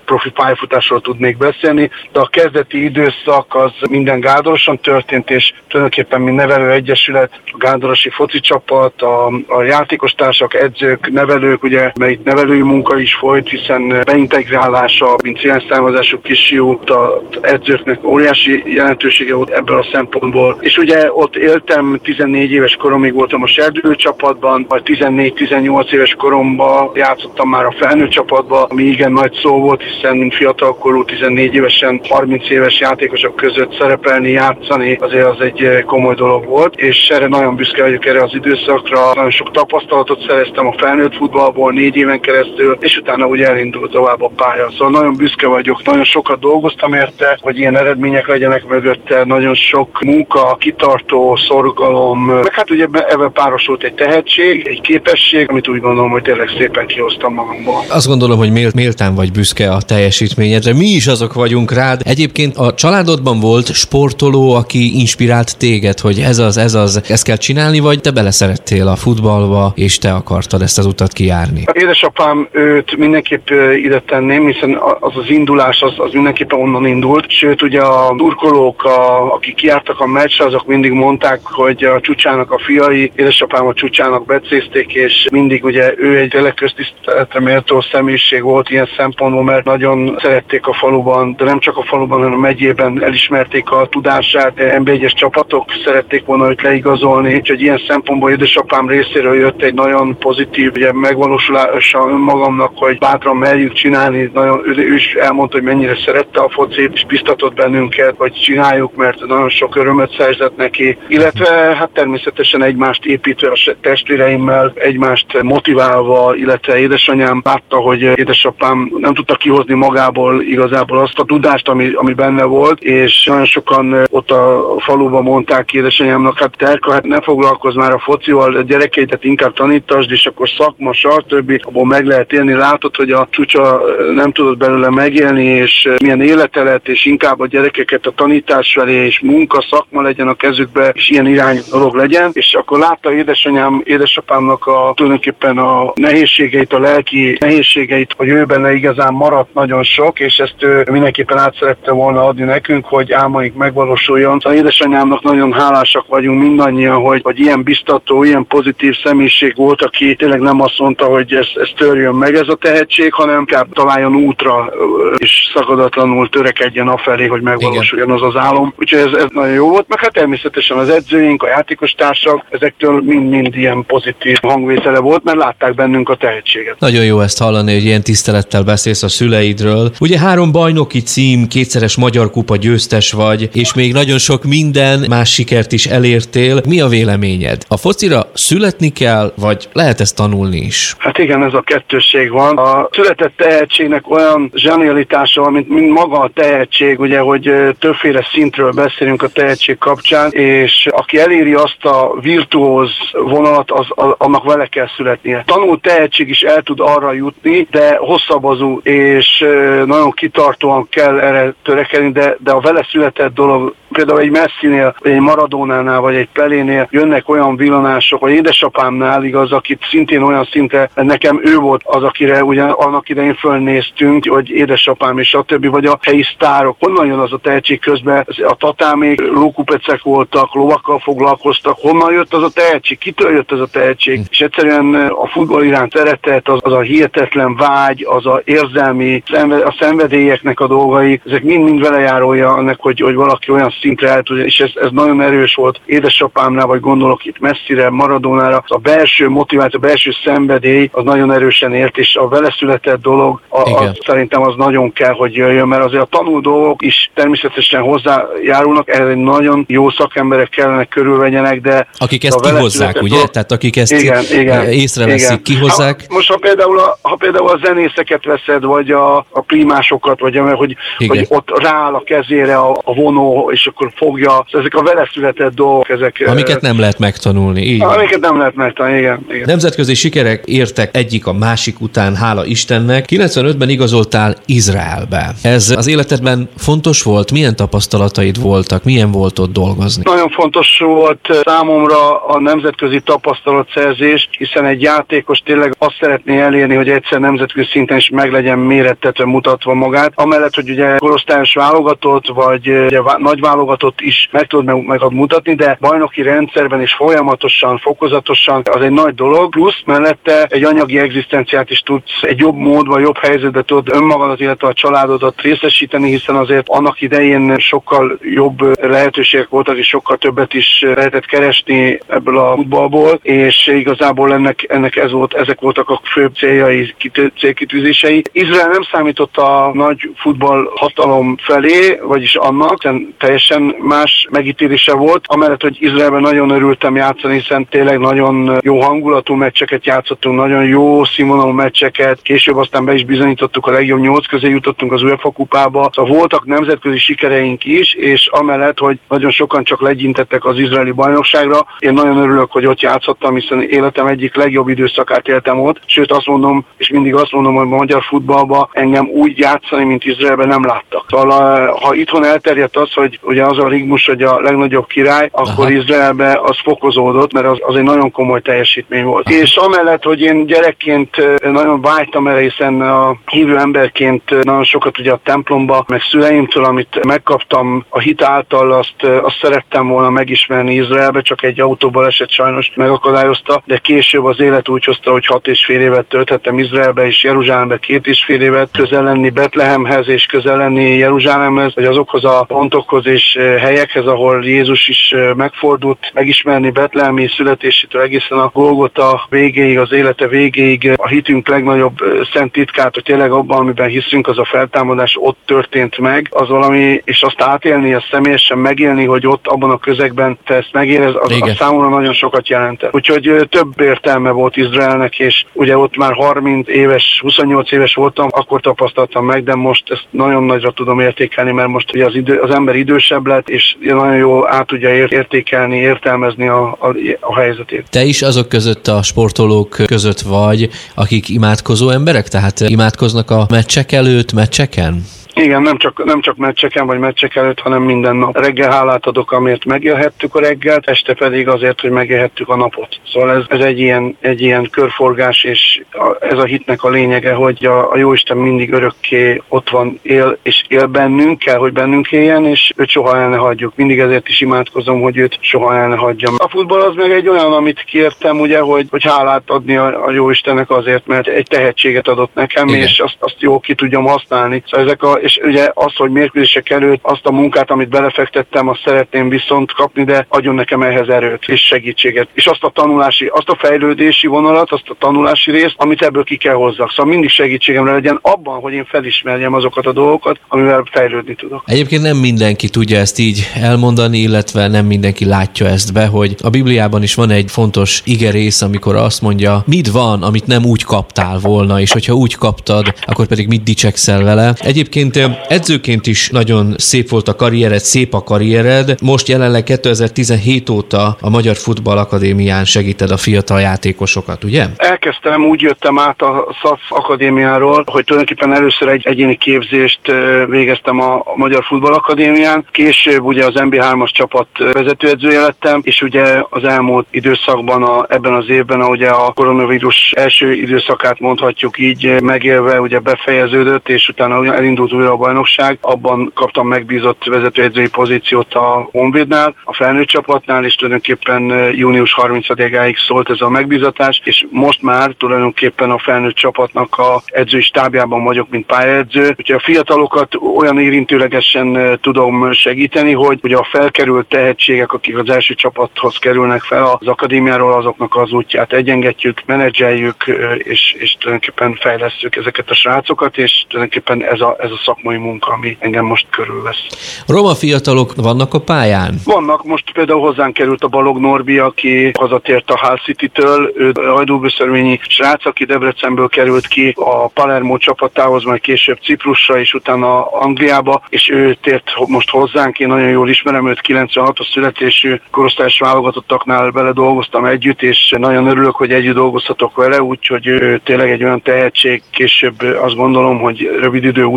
profi pályafutásról tudnék beszélni, de a kezdeti időszak az minden Gádoroson történt, és tulajdonképpen mi nevelő egyesület, a gádorosi foci csapat, a, a játékostársak, edzők, nevelők, ugye, mert itt nevelői munka is folyt, hiszen beintegrálása, mint célszármazású kisfiú, az edzőknek óriási jelentősége volt ebből a szempontból. És ugye ott éltem, tizennégy éves koromig voltam a serdülő csapatban, majd tizennégy-tizennyolc éves koromban játszottam már a felnőtt csapatban, ami igen nagy szó volt, hiszen mint fiatalkorú, tizennégy évesen harminc éves játékosok között szerepelni, játszani, azért az egy komoly dolog volt, és erre nagyon büszke vagyok erre az időszakra. Nagyon sok tapasztalatot szereztem a felnőtt futballból négy éven keresztül, és utána ugye elindult tovább a pálya. Szóval nagyon büszke vagyok, nagyon sokat dolgoztam érte, hogy ilyen eredmények legyenek mögötte, nagyon sok munka, kitartó, szorgalom, meg hát ugye ebben párosult egy tehetség, egy képesség, amit úgy gondolom, hogy tényleg szépen kihoztam magamból. Azt gondolom, hogy mélt, méltán vagy büszke a teljesítményedre. Mi is azok vagyunk rád. Egyébként a családodban volt sportoló, aki inspirált téged, hogy ez az, ez az, ezt kell csinálni, vagy te beleszerettél a futballba, és te akartad ezt az utat kijárni? Édesapám őt mindenképp ide tenném, hiszen az az indulás az, az mindenképpen onnan indult. Sőt, ugye a durkolók, a, akik kijártak a meccsre, azok mindig mondták, hogy a Csúcsának a fiai, édesapám a Csúcsának becézték, és mindig ugye ő egy tényleg köztiszteletre méltó személyiség volt ilyen szempontból, mert nagyon szerették a faluban, de nem csak a faluban, hanem a megyében elismerték a tudását. en bé egyes csapatok szerették volna őt leigazolni, úgyhogy ilyen szempontból édesapám részéről jött egy nagyon pozitív ugye, megvalósulása magamnak, hogy bátran merjük csinálni. Nagyon, ő, ő is elmondta, hogy mennyire szerette a focit, és biztatott bennünket, hogy csináljuk, mert nagyon sok örömöt szerzett neki. Illetve hát természetesen egymást építve a testvéreimmel, egymást motiválva, illetve édesanyám látta, hogy édesapám nem tudta kihozni magából igazából azt a tudást, ami, ami benne volt, és nagyon sokan ott a faluban mondták édesanyámnak, hát Terka, hát ne foglalkozz már a focival, a gyerekeidet inkább tanítasd, és akkor szakma, stb. Abból meg lehet élni. Látod, hogy a Csúcsa nem tudott belőle megélni, és milyen élete lett, és inkább a gyerekeket a tanítás felé, és munka, szakma legyen a kezükbe, és ilyen irányú dolog legyen. És akkor látta édesanyám, édesapámnak a, tulajdonképpen a nehézségeit, a lelki nehézségeit, hogy ő benne igazán maradt nagyon sok, és ezt ő mindenképpen át szerette volna adni nekünk, hogy álmaink megvalósuljon. Az édesanyámnak nagyon hálásak vagyunk mindannyian, hogy, hogy ilyen biztató, ilyen pozitív személyiség volt, aki tényleg nem azt mondta, hogy ez, ez törjön meg ez a tehetség, hanem inkább találjon útra, és szakadatlanul törekedjen afelé, hogy megvalósuljon az az álom. Úgyhogy ez, ez nagyon jó volt, meg hát természetesen az edzőink, a játékostársak, ezektől mind-mind ilyen pozitív hangvétele volt, mert látták bennünk a tehetséget. Nagyon jó ezt hallani, hogy ilyen tisztelettel beszélsz a szüleidről. Ugye három bajnoki cím, kétszeres Magyar Kupa győztes vagy, és még nagyon sok minden más sikert is elértél. Mi a véleményed? A focira születni kell, vagy lehet ezt tanulni is? Hát igen, ez a kettősség van. A született tehetségnek olyan zsenialitása, mint, mint maga a tehetség, ugye, hogy többféle szintről beszélünk a tehetség kapcsán, és aki eléri azt a virtuóz vonalat, az, az, annak vele kell születnie. Tanult tehetség is el tud arra jutni, de hosszabbazú, és nagyon kitartóan kell erre törekedni, de, de a vele született dolog, például egy Messinél, vagy egy Maradónánál, vagy egy Pelénél jönnek olyan villanások, vagy édesapámnál igaz, akit szintén olyan szintre, nekem ő volt az, akire ugyan annak idején fölnéztünk, hogy édesapám és a többi, vagy a helyi sztárok. Honnan jön az a tehetség közben? A tatámék lókupecek voltak, lovakkal foglalkoztak. Honnan jött az a tehetség? Kitől jött ez a tehetség? És egyszerűen a futball iránt eredet, az, az a hihetetlen vágy, az a érzelmi, a szenvedélyeknek a dolgai, ezek mind-mind velejárója annak, hogy, hogy valaki olyan szintre el tud, és ez, ez nagyon erős volt édesapámnál, vagy gondolok itt Messire, Maradónára. A belső motiváció, a belső szenvedély az nagyon erősen élt, és a vele született dolog, a, a, szerintem az nagyon kell, hogy jöjjön, mert azért a tanul dolgok is természetesen hozzájárulnak, ehhez egy nagyon jó szakemberek kellene körülvegyenek, de akik ezt kihozzák, ugye? Dolog, Tehát akik ezt igen, igen, észreveszik, kihozzák. Ha, most ha például, a, ha például a zenészeket veszed, vagy a, a primásokat, vagy a, hogy, hogy ott rááll a kezére a, a vonó, és akkor fogja, ezek a vele született dolgok, ezek... Amiket nem lehet megtanulni, így. Amiket nem lehet megtanulni, igen, igen. Nemzetközi sikerek értek egyik a másik után, hála Istennek. kilencvenötben igazoltál Izraelbe. Ez az életedben fontos volt? Milyen tapasztalataid voltak? Milyen volt ott dolgozni? Nagyon fontos volt számomra a nemzetközi tapasztalatszerzés, hiszen egy játékos tényleg azt szeretné elérni, hogy egyszer nemzetközi szinten is meg legyen méretve működtetve, mutatva magát. Amellett, hogy ugye korosztályos válogatott, vagy ugye, nagy válogatott is meg tud meg, meg mutatni, de bajnoki rendszerben is folyamatosan, fokozatosan az egy nagy dolog, plusz mellette egy anyagi egzisztenciát is tudsz egy jobb módban, jobb helyzetben tudod önmagadat, illetve a családodat részesíteni, hiszen azért annak idején sokkal jobb lehetőségek voltak, és sokkal többet is lehetett keresni ebből a futballból, és igazából ennek, ennek ez volt, ezek voltak a fő céljai, célkitűzései. Izrael nem számított a nagy futball hatalom felé, vagyis annak, hiszen teljesen más megítélése volt. Amellett, hogy Izraelben nagyon örültem játszani, hiszen tényleg nagyon jó hangulatú meccseket játszottunk, nagyon jó színvonalú meccseket, később aztán be is bizonyítottuk, a legjobb nyolc közé jutottunk az UEFA kupába. Szóval voltak nemzetközi sikereink is, és amellett, hogy nagyon sokan csak legyintettek az izraeli bajnokságra, én nagyon örülök, hogy ott játszottam, hiszen életem egyik legjobb időszakát éltem ott. Sőt, azt mondom, és mindig azt mondom, hogy a magyar futballban engem úgy játszani, mint Izraelben nem láttak. Szóval ha itthon elterjedt az, hogy ugye az a rigmus, hogy a legnagyobb király, akkor Aha. Izraelben az fokozódott, mert az, az egy nagyon komoly teljesítmény volt. Aha. És amellett, hogy én gyerekként nagyon vágytam erre, hiszen a hívő emberként nagyon sokat ugye a templomba, meg szüleimtől, amit megkaptam a hit által, azt, azt szerettem volna megismerni Izraelbe, csak egy autóból esett sajnos megakadályozta, de később az élet úgy hozta, hogy hat és fél évet tölthettem Izraelbe és Jeruzsálembe két és fél évet, közel lenni Betlehemhez és közel lenni Jeruzsálemhez, vagy azokhoz a pontokhoz és helyekhez, ahol Jézus is megfordult, megismerni Betlehemi születésétől egészen a Golgota végéig, az élete végéig, a hitünk legnagyobb szent titkát, hogy tényleg abban, amiben hiszünk, az a feltámadás ott történt meg, az valami, és azt átélni, azt személyesen megélni, hogy ott abban a közegben te ezt megérez, az, az számomra nagyon sokat jelentett. Úgyhogy több értelme volt Izraelnek, és ugye ott már harminc éves, huszonnyolc éves voltam, akkor tapasztaltam meg, de most ezt nagyon nagyra tudom értékelni, mert most ugye az, idő, az ember idősebb lett, és nagyon jól át tudja értékelni, értelmezni a, a, a helyzetét. Te is azok között a sportolók között vagy, akik imádkozó emberek? Tehát imádkoznak a meccsek előtt, meccseken? Igen, nem csak, nem csak meccseken vagy meccsek előtt, hanem minden nap. Reggel hálát adok, amért megélhettük a reggelt, este pedig azért, hogy megélhettük a napot. Szóval ez, ez egy, ilyen, egy ilyen körforgás, és a, ez a hitnek a lényege, hogy a, a Jóisten mindig örökké ott van, él, és él bennünk, kell, hogy bennünk éljen, és őt soha el ne hagyjuk. Mindig ezért is imádkozom, hogy őt soha el ne hagyjam. A futball az meg egy olyan, amit kértem, ugye, hogy, hogy hálát adni a, a Jóistennek azért, mert egy tehetséget adott nekem, igen. És azt, azt jó ki tudjam használni. Szóval ezek a és ugye az, hogy mérkőzések előtt azt a munkát, amit belefektettem, azt szeretném viszont kapni, de adjon nekem ehhez erőt és segítséget. És azt a tanulási, azt a fejlődési vonalat, azt a tanulási részt, amit ebből ki kell hozzak. Szóval mindig segítségemre legyen abban, hogy én felismerjem azokat a dolgokat, amivel fejlődni tudok. Egyébként nem mindenki tudja ezt így elmondani, illetve nem mindenki látja ezt be, hogy a Bibliában is van egy fontos igerész, amikor azt mondja, mit van, amit nem úgy kaptál volna, és hogyha úgy kaptad, akkor pedig mit dicsekszel vele. Egyébként edzőként is nagyon szép volt a karriered, szép a karriered. Most jelenleg kétezer-tizenhét óta a Magyar Futball Akadémián segíted a fiatal játékosokat, ugye? Elkezdtem, úgy jöttem át a SZAF Akadémiáról, hogy tulajdonképpen először egy egyéni képzést végeztem a Magyar Futball Akadémián. Később ugye az em bé hármas csapat vezetőedzője lettem, és ugye az elmúlt időszakban, a, ebben az évben, ugye a koronavírus első időszakát mondhatjuk így megélve, ugye befejeződött, és utána elindult újra a bajnokság. Abban kaptam megbízott vezetőedzői pozíciót a Honvédnál, a felnőtt csapatnál, és tulajdonképpen június harmincadikáig szólt ez a megbízatás, és most már tulajdonképpen a felnőtt csapatnak a edzői stábjában vagyok, mint pályaedző. Úgyhogy a fiatalokat olyan érintőlegesen tudom segíteni, hogy ugye a felkerült tehetségek, akik az első csapathoz kerülnek fel az akadémiáról, azoknak az útját egyengetjük, menedzseljük, és, és tulajdonképpen fejlesztjük ezeket a srácokat, és tulajdonképpen ez a, ez a szakmai munka, ami engem most körülvesz. Roma fiatalok vannak a pályán? Vannak, most például hozzánk került a Balog Norbi, aki hazatért a Hull City-től, ő hajdúböszörményi srác, aki Debrecenből került ki a Palermo csapatához, majd később Ciprusra, és utána Angliába, és ő tért most hozzánk, én nagyon jól ismerem őt, kilencvenhatos születésű korosztályos válogatottaknál vele dolgoztam együtt, és nagyon örülök, hogy együtt dolgozhatok vele, úgyhogy ő tényleg egy olyan tehetség, később azt gondolom, hogy rövid idő után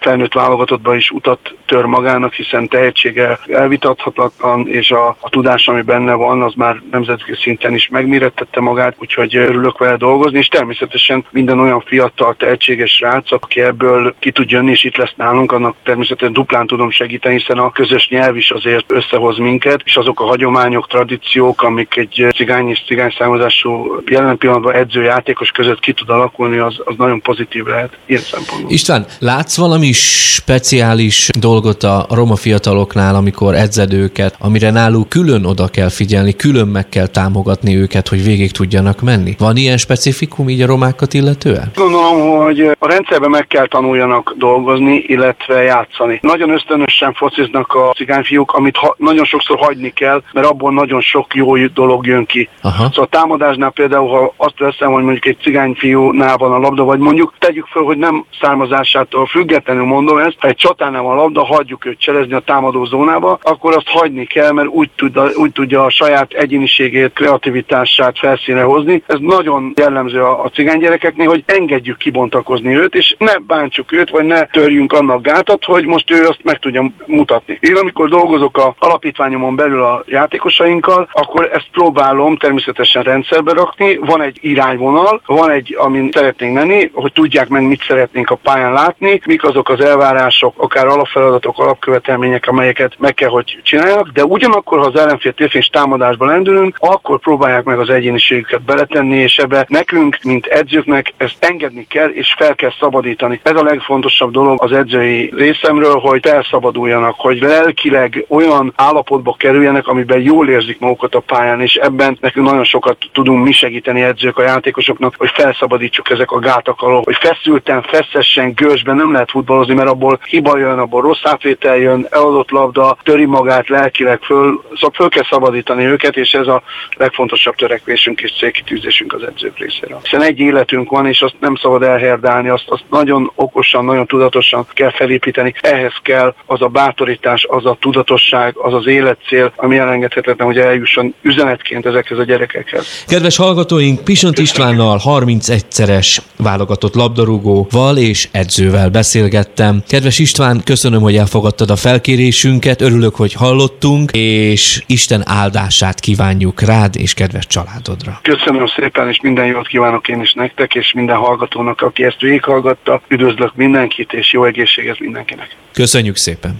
felnőtt válogatottban is utat tör magának, hiszen tehetsége elvitathatatlan, és a, a tudás, ami benne van, az már nemzetközi szinten is megmérettette magát, úgyhogy örülök vele dolgozni, és természetesen minden olyan fiatal, tehetséges srác, aki ebből ki tud jönni, és itt lesz nálunk, annak természetesen duplán tudom segíteni, hiszen a közös nyelv is azért összehoz minket, és azok a hagyományok, tradíciók, amik egy cigány és cigány származású jelen pillanatban edzőjátékos között ki tud alakulni, az, az nagyon pozitív lehet ilyen szempontból. István, látsz valami speciális dolgot a roma fiataloknál, amikor edzed őket, amire náluk külön oda kell figyelni, külön meg kell támogatni őket, hogy végig tudjanak menni? Van ilyen specifikum így a romákat illetően? Gondolom, hogy a rendszerben meg kell tanuljanak dolgozni, illetve játszani. Nagyon ösztönösen fociznak a cigányfiúk, amit ha- nagyon sokszor hagyni kell, mert abból nagyon sok jó dolog jön ki. Aha. Szóval a támadásnál például, ha azt veszem, hogy mondjuk egy cigányfiúnál van a labda, vagy mondjuk tegyük fel, hogy nem származásától függetlenül mondom ezt, ha egy csatánál van a labda, hagyjuk őt cselezni a támadó zónába, akkor azt hagyni kell, mert úgy, tud, úgy tudja a saját egyéniségét, kreativitását felszínre hozni. Ez nagyon jellemző a, a cigánygyerekeknél, hogy engedjük kibontakozni őt, és ne bántsuk őt, vagy ne törjünk annak gátat, hogy most ő azt meg tudja mutatni. Én amikor dolgozok a alapítványomon belül a játékosainkkal, akkor ezt próbálom természetesen rendszerbe rakni. Van egy irányvonal, van egy, amin szeretnénk menni, hogy tudják meg, mit szeretnénk a pályán látni, mik azok az elvárások, akár alapfeladatok, alapkövetelmények, amelyeket meg kell, hogy csináljanak, de ugyanakkor, ha az ellenfél térfény támadásba lendülünk, akkor próbálják meg az egyéniségüket beletenni, és ebbe nekünk, mint edzőknek ezt engedni kell, és fel kell szabadítani. Ez a legfontosabb dolog az edzői részemről, hogy felszabaduljanak, hogy lelkileg olyan állapotba kerüljenek, amiben jól érzik magukat a pályán, és ebben nekünk nagyon sokat tudunk mi segíteni edzők a játékosoknak, hogy felszabadítsuk ezek a gátak alól, hogy feszülten, feszesen, gőzben nem lehet futballozni, mert abból hiba jön, abból rossz átvétel jön, eladott labda, töri magát lelkileg föl, szóval föl kell szabadítani őket, és ez a legfontosabb törekvésünk és célkitűzésünk az edzők részéről. Hiszen egy életünk van, és azt nem szabad elherdálni, azt, azt nagyon okosan, nagyon tudatosan kell felépíteni. Ehhez kell az a bátorítás, az a tudatosság, az az életcél, ami elengedhetetlen, hogy eljusson üzenetként ezekhez a gyerekekhez. Kedves hallgatóink, Pisont Istvánnal, harmincegyszeres válogatott labdarúgóval és edzővel beszélgettem. Kedves István, köszönöm, hogy elfogadtad a felkérésünket, örülök, hogy hallottunk, és Isten áldását kívánjuk rád és kedves családodra. Köszönöm szépen, és minden jót kívánok én is nektek, és minden hallgatónak, aki ezt végighallgatta. Üdvözlök mindenkit, és jó egészséget mindenkinek. Köszönjük szépen!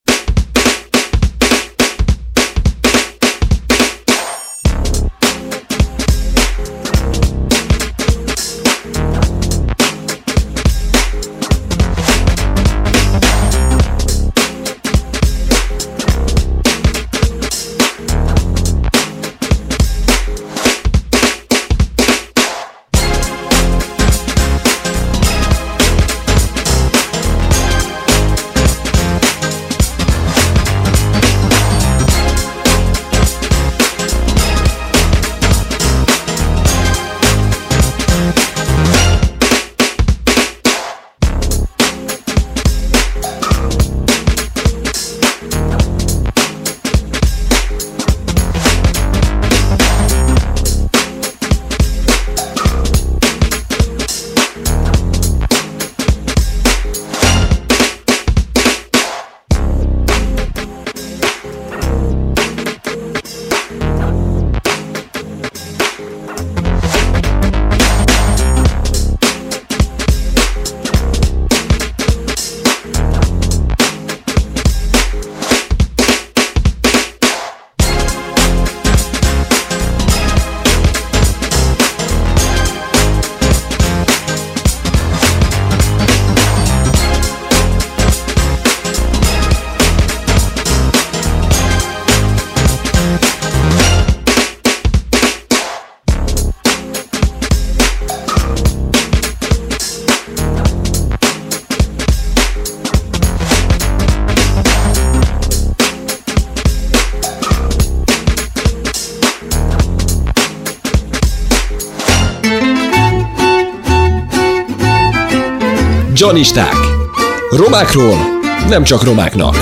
Johnnyisták. Romákról nem csak romáknak.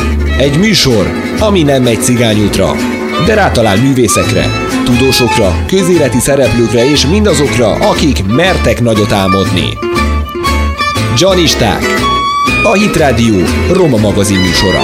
Egy műsor, ami nem megy cigányútra, de rátalál művészekre, tudósokra, közéleti szereplőkre és mindazokra, akik mertek nagyot álmodni. Johnnyisták. A Hit Rádió Roma magazin műsora.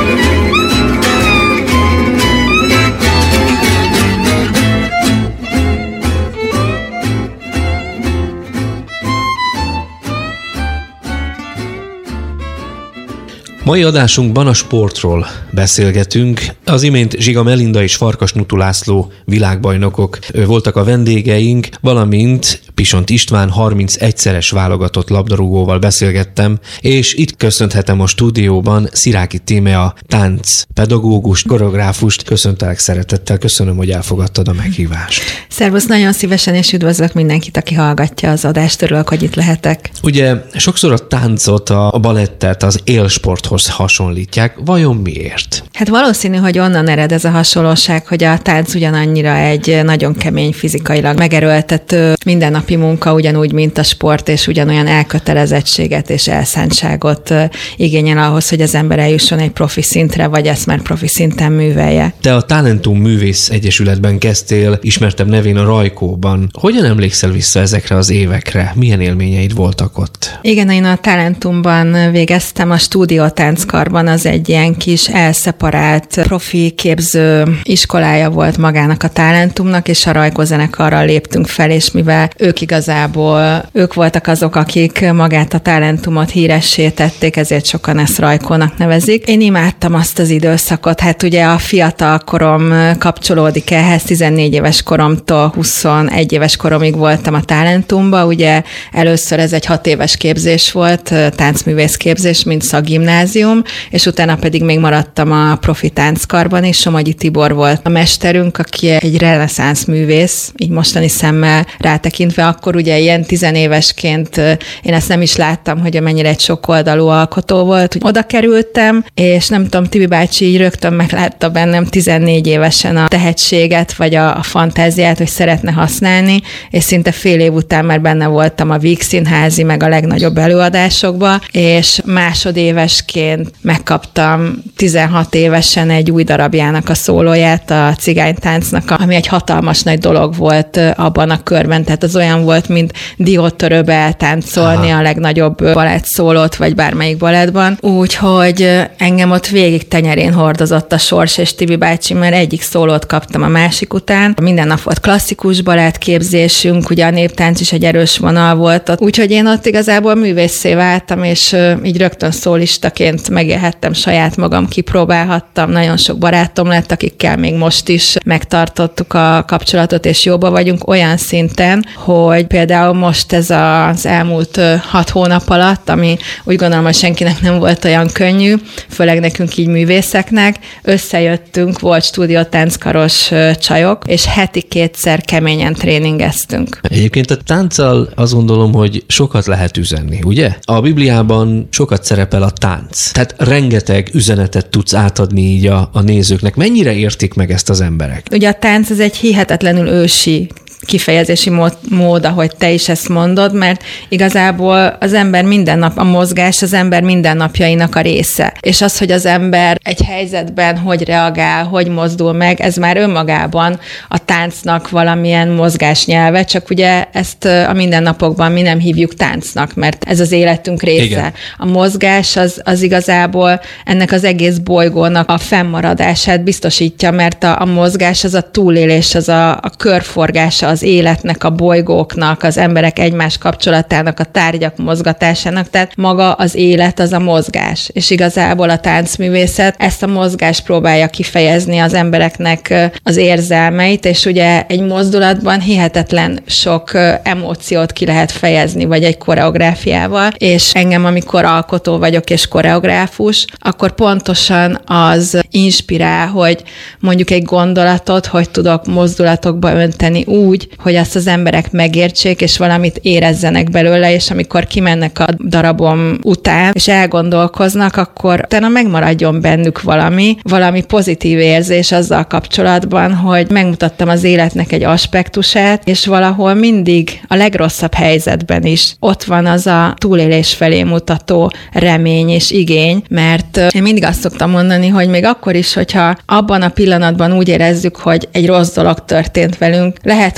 Mai adásunkban a sportról beszélgetünk. Az imént Zsiga Melinda és Farkas Nutu László világbajnokok voltak a vendégeink, valamint Pisont István harmincegyszeres válogatott labdarúgóval beszélgettem, és itt köszönhetem a stúdióban Sziráki Tímea táncpedagógust, koreográfust. Köszöntelek szeretettel, köszönöm, hogy elfogadtad a meghívást. Szervusz, nagyon szívesen, és üdvözlök mindenkit, aki hallgatja az adást, örülök, hogy itt lehetek. Ugye sokszor a táncot, a balettet az élsporthoz hasonlítják. Vajon miért? Hát valószínű, hogy onnan ered ez a hasonlóság, hogy a tánc ugyanannyira egy nagyon kemény, fizikailag megerőltető mindennapi munka, ugyanúgy, mint a sport, és ugyanolyan elkötelezettséget és elszántságot igényel ahhoz, hogy az ember eljusson egy profi szintre, vagy ezt már profi szinten művelje. Te a Talentum Művész Egyesületben kezdtél, ismertebb nevén a Rajkóban. Hogyan emlékszel vissza ezekre az évekre? Milyen élményeid voltak ott? Igen, én a Talentumban végeztem, a stúdiótánckarban, az egy ilyen kis elszeparált profi képző iskolája volt magának a Talentumnak, és a Rajkó zenekarral léptünk fel, és mivel ők igazából, ők voltak azok, akik magát a Talentumot híressé tették, ezért sokan ezt Rajkónak nevezik. Én imádtam azt az időszakot, hát ugye a fiatal korom kapcsolódik ehhez, tizennégy éves koromtól huszonegy éves koromig voltam a Talentumba, ugye először ez egy hat éves képzés volt, táncművész képzés, mint szakgimnázium, és utána pedig még maradtam a profi tánckarban, és Somogyi Tibor volt a mesterünk, aki egy reneszánsz művész, így mostani szemmel rátekintve, akkor ugye ilyen tizenévesként én ezt nem is láttam, hogy mennyire egy sokoldalú alkotó volt, hogy oda kerültem, és nem tudom, Tibi bácsi így rögtön meglátta bennem tizennégy évesen a tehetséget, vagy a, a fantáziát, hogy szeretne használni, és szinte fél év után már benne voltam a Víg Színházi, meg a legnagyobb előadásokba, és másodévesként megkaptam tizenhat évesen egy új darabjának a szólóját, a cigánytáncnak, ami egy hatalmas nagy dolog volt abban a körben, tehát az olyan volt, mint diótörőbe eltáncolni Aha. a legnagyobb balettszólót, vagy bármelyik balettban. Úgyhogy engem ott végig tenyerén hordozott a sors, és Tibi bácsi, mert egyik szólót kaptam a másik után. Minden nap volt klasszikus balettképzésünk, ugye a néptánc is egy erős vonal volt ott. Úgyhogy én ott igazából művészé váltam, és így rögtön szólistaként megélhettem saját magam, kipróbálhattam. Nagyon sok barátom lett, akikkel még most is megtartottuk a kapcsolatot, és jóba vagyunk olyan szinten, hogy például most ez az elmúlt hat hónap alatt, ami úgy gondolom, hogy senkinek nem volt olyan könnyű, főleg nekünk így művészeknek, összejöttünk, volt stúdiótánckaros csajok, és heti kétszer keményen tréningeztünk. Egyébként a tánccal azt gondolom, hogy sokat lehet üzenni, ugye? A Bibliában sokat szerepel a tánc. Tehát rengeteg üzenetet tudsz átadni így a, a nézőknek. Mennyire értik meg ezt az emberek? Ugye a tánc ez egy hihetetlenül ősi kifejezési mód, mód, ahogy te is ezt mondod, mert igazából az ember minden nap, a mozgás az ember mindennapjainak a része. És az, hogy az ember egy helyzetben hogy reagál, hogy mozdul meg, ez már önmagában a táncnak valamilyen mozgásnyelve, csak ugye ezt a mindennapokban mi nem hívjuk táncnak, mert ez az életünk része. Igen. A mozgás az, az igazából ennek az egész bolygónak a fennmaradását biztosítja, mert a, a mozgás az a túlélés, az a, a körforgása az életnek, a bolygóknak, az emberek egymás kapcsolatának, a tárgyak mozgatásának, tehát maga az élet az a mozgás. És igazából a táncművészet ezt a mozgást próbálja kifejezni az embereknek az érzelmeit, és ugye egy mozdulatban hihetetlen sok emóciót ki lehet fejezni, vagy egy koreográfiával, és engem, amikor alkotó vagyok és koreográfus, akkor pontosan az inspirál, hogy mondjuk egy gondolatot, hogy tudok mozdulatokba önteni úgy, hogy azt az emberek megértsék, és valamit érezzenek belőle, és amikor kimennek a darabom után, és elgondolkoznak, akkor utána megmaradjon bennük valami, valami pozitív érzés azzal kapcsolatban, hogy megmutattam az életnek egy aspektusát, és valahol mindig a legrosszabb helyzetben is ott van az a túlélés felé mutató remény és igény, mert én mindig azt szoktam mondani, hogy még akkor is, hogyha abban a pillanatban úgy érezzük, hogy egy rossz dolog történt velünk, lehet, hogy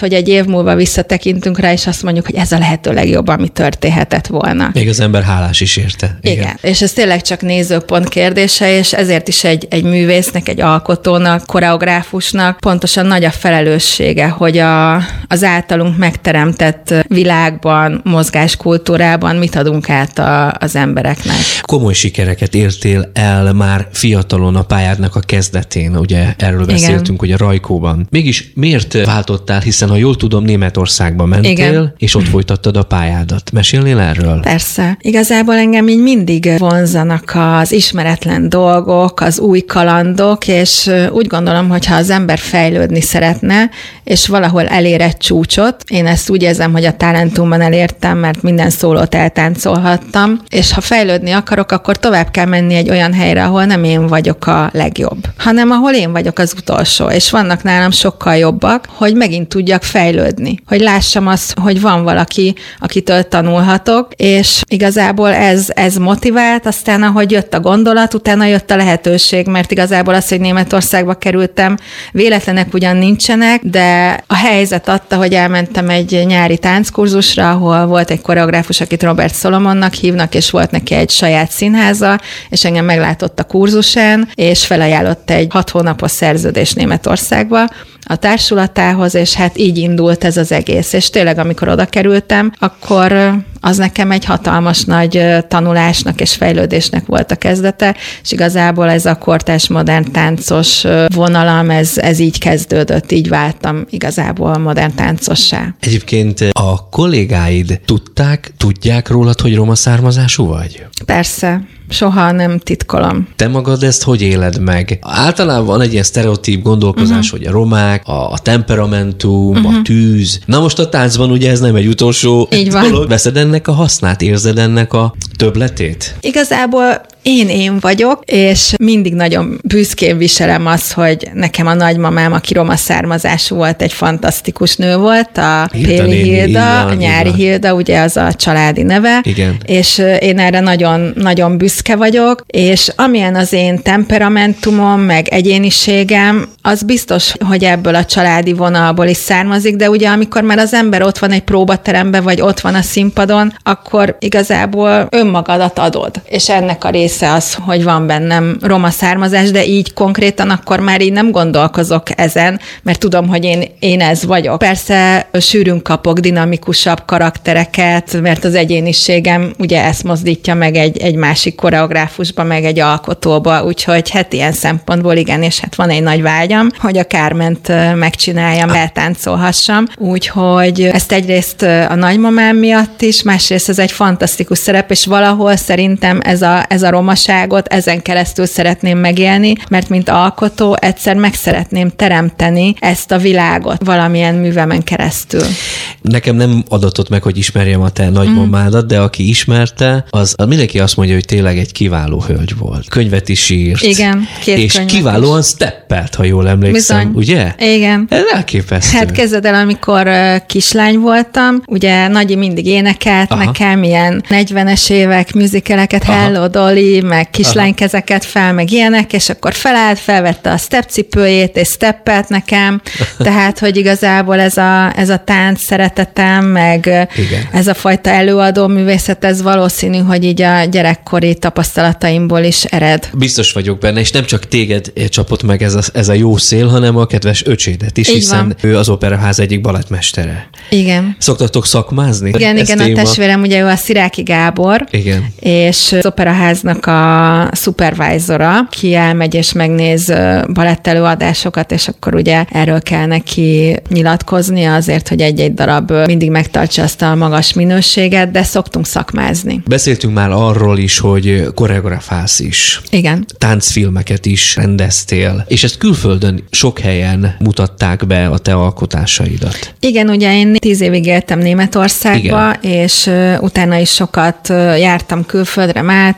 hogy egy év múlva visszatekintünk rá, és azt mondjuk, hogy ez a lehető legjobb, ami történhetett volna. Még az ember hálás is érte. Igen. Igen. És ez tényleg csak nézőpont kérdése, és ezért is egy, egy művésznek, egy alkotónak, koreográfusnak pontosan nagy a felelőssége, hogy a, az általunk megteremtett világban, mozgáskultúrában mit adunk át a, az embereknek. Komoly sikereket értél el már fiatalon a pályádnak a kezdetén, ugye erről beszéltünk, hogy a Rajkóban. Mégis miért váltottál, hiszen ha jól tudom, Németországba mentél, igen, és ott folytattad a pályádat. Mesélnél erről? Persze. Igazából engem így mindig vonzanak az ismeretlen dolgok, az új kalandok, és úgy gondolom, hogy ha az ember fejlődni szeretne, és valahol elér egy csúcsot, én ezt úgy érzem, hogy a talentumban elértem, mert minden szólót eltáncolhattam, és ha fejlődni akarok, akkor tovább kell menni egy olyan helyre, ahol nem én vagyok a legjobb, hanem ahol én vagyok az utolsó, és vannak nálam sokkal jobbak, hogy megint tudjak fejlődni, hogy lássam azt, hogy van valaki, akitől tanulhatok, és igazából ez, ez motivált, aztán ahogy jött a gondolat, utána jött a lehetőség, mert igazából az, hogy Németországba kerültem, véletlenek ugyan nincsenek, de a helyzet adta, hogy elmentem egy nyári tánckurzusra, ahol volt egy koreográfus, akit Robert Solomonnak hívnak, és volt neki egy saját színháza, és engem meglátott a kurzusán, és felajánlott egy hat hónapos szerződés Németországba a társulatához, és hát így indult ez az egész. És tényleg, amikor oda kerültem, akkor az nekem egy hatalmas nagy tanulásnak és fejlődésnek volt a kezdete, és igazából ez a kortárs modern táncos vonalam, ez, ez így kezdődött, így váltam igazából modern táncossá. Egyébként a kollégáid tudták, tudják rólad, hogy roma származású vagy? Persze. Soha nem titkolom. Te magad ezt hogy éled meg? Általában van egy ilyen sztereotíp gondolkozás, uh-huh. hogy a romák, a, a temperamentum, uh-huh. a tűz. Na most a táncban ugye ez nem egy utolsó így dolog. Van. Veszed ennek a hasznát? Érzed ennek a többletét? Igazából én én vagyok, és mindig nagyon büszkén viselem azt, hogy nekem a nagymamám, aki roma származású volt, egy fantasztikus nő volt, a Hilda Péli néni, Hilda, van, a nyári Hilda, ugye az a családi neve, igen. És én erre nagyon, nagyon büszke vagyok, és amilyen az én temperamentumom, meg egyéniségem, az biztos, hogy ebből a családi vonalból is származik, de ugye amikor már az ember ott van egy próbateremben, vagy ott van a színpadon, akkor igazából önmagadat adod, és ennek a része az, hogy van bennem roma származás, de így konkrétan akkor már így nem gondolkozok ezen, mert tudom, hogy én, én ez vagyok. Persze sűrűn kapok dinamikusabb karaktereket, mert az egyéniségem ugye ezt mozdítja meg egy, egy másik koreográfusba, meg egy alkotóba, úgyhogy hát ilyen szempontból igen, és hát van egy nagy vágyam, hogy a Carment megcsináljam, eltáncolhassam, úgyhogy ezt egyrészt a nagymamám miatt is, másrészt ez egy fantasztikus szerep, és valahol szerintem ez a, ez a romaságot ezen keresztül szeretném megélni, mert mint alkotó egyszer meg szeretném teremteni ezt a világot valamilyen művemen keresztül. Nekem nem adatott meg, hogy ismerjem a te nagymamádat, mm. de aki ismerte, az, az mindenki azt mondja, hogy tényleg egy kiváló hölgy volt. Könyvet is írt. Igen, két és kiválóan is steppelt, ha jól emlékszem, bizony. Ugye? Igen. Ez elképesztő. Hát kezded el, amikor kislány voltam, ugye Nagyi mindig énekelt aha. nekem ilyen negyvenes évek musicaleket, Hello Dolly, meg kislánykezeket fel, meg ilyenek, és akkor felállt, felvette a steppcipőjét, és steppelt nekem, tehát, hogy igazából ez a, ez a tánc szeretetem, meg igen. ez a fajta előadó művészet, ez valószínű, hogy így a gyerekkori tapasztalataimból is ered. Biztos vagyok benne, és nem csak téged csapott meg ez a, ez a jó szél, hanem a kedves öcsédet is, így hiszen van. Ő az Operaház egyik balettmestere. Igen. Szoktatok szakmázni? Igen, igen, téma? A testvérem ugye ő a Sziráki Gábor, igen. és az Operaháznak a supervisora, ki elmegy és megnéz balettelőadásokat, és akkor ugye erről kell neki nyilatkoznia azért, hogy egy-egy darab mindig megtartsa azt a magas minőséget, de szoktunk szakmázni. Beszéltünk már arról is, hogy koreografálsz is. Igen. Táncfilmeket is rendeztél, és ezt külföldön sok helyen mutatták be a te alkotásaidat. Igen, ugye én tíz évig éltem Németországba, igen. és utána is sokat jártam külföldre, Máltán,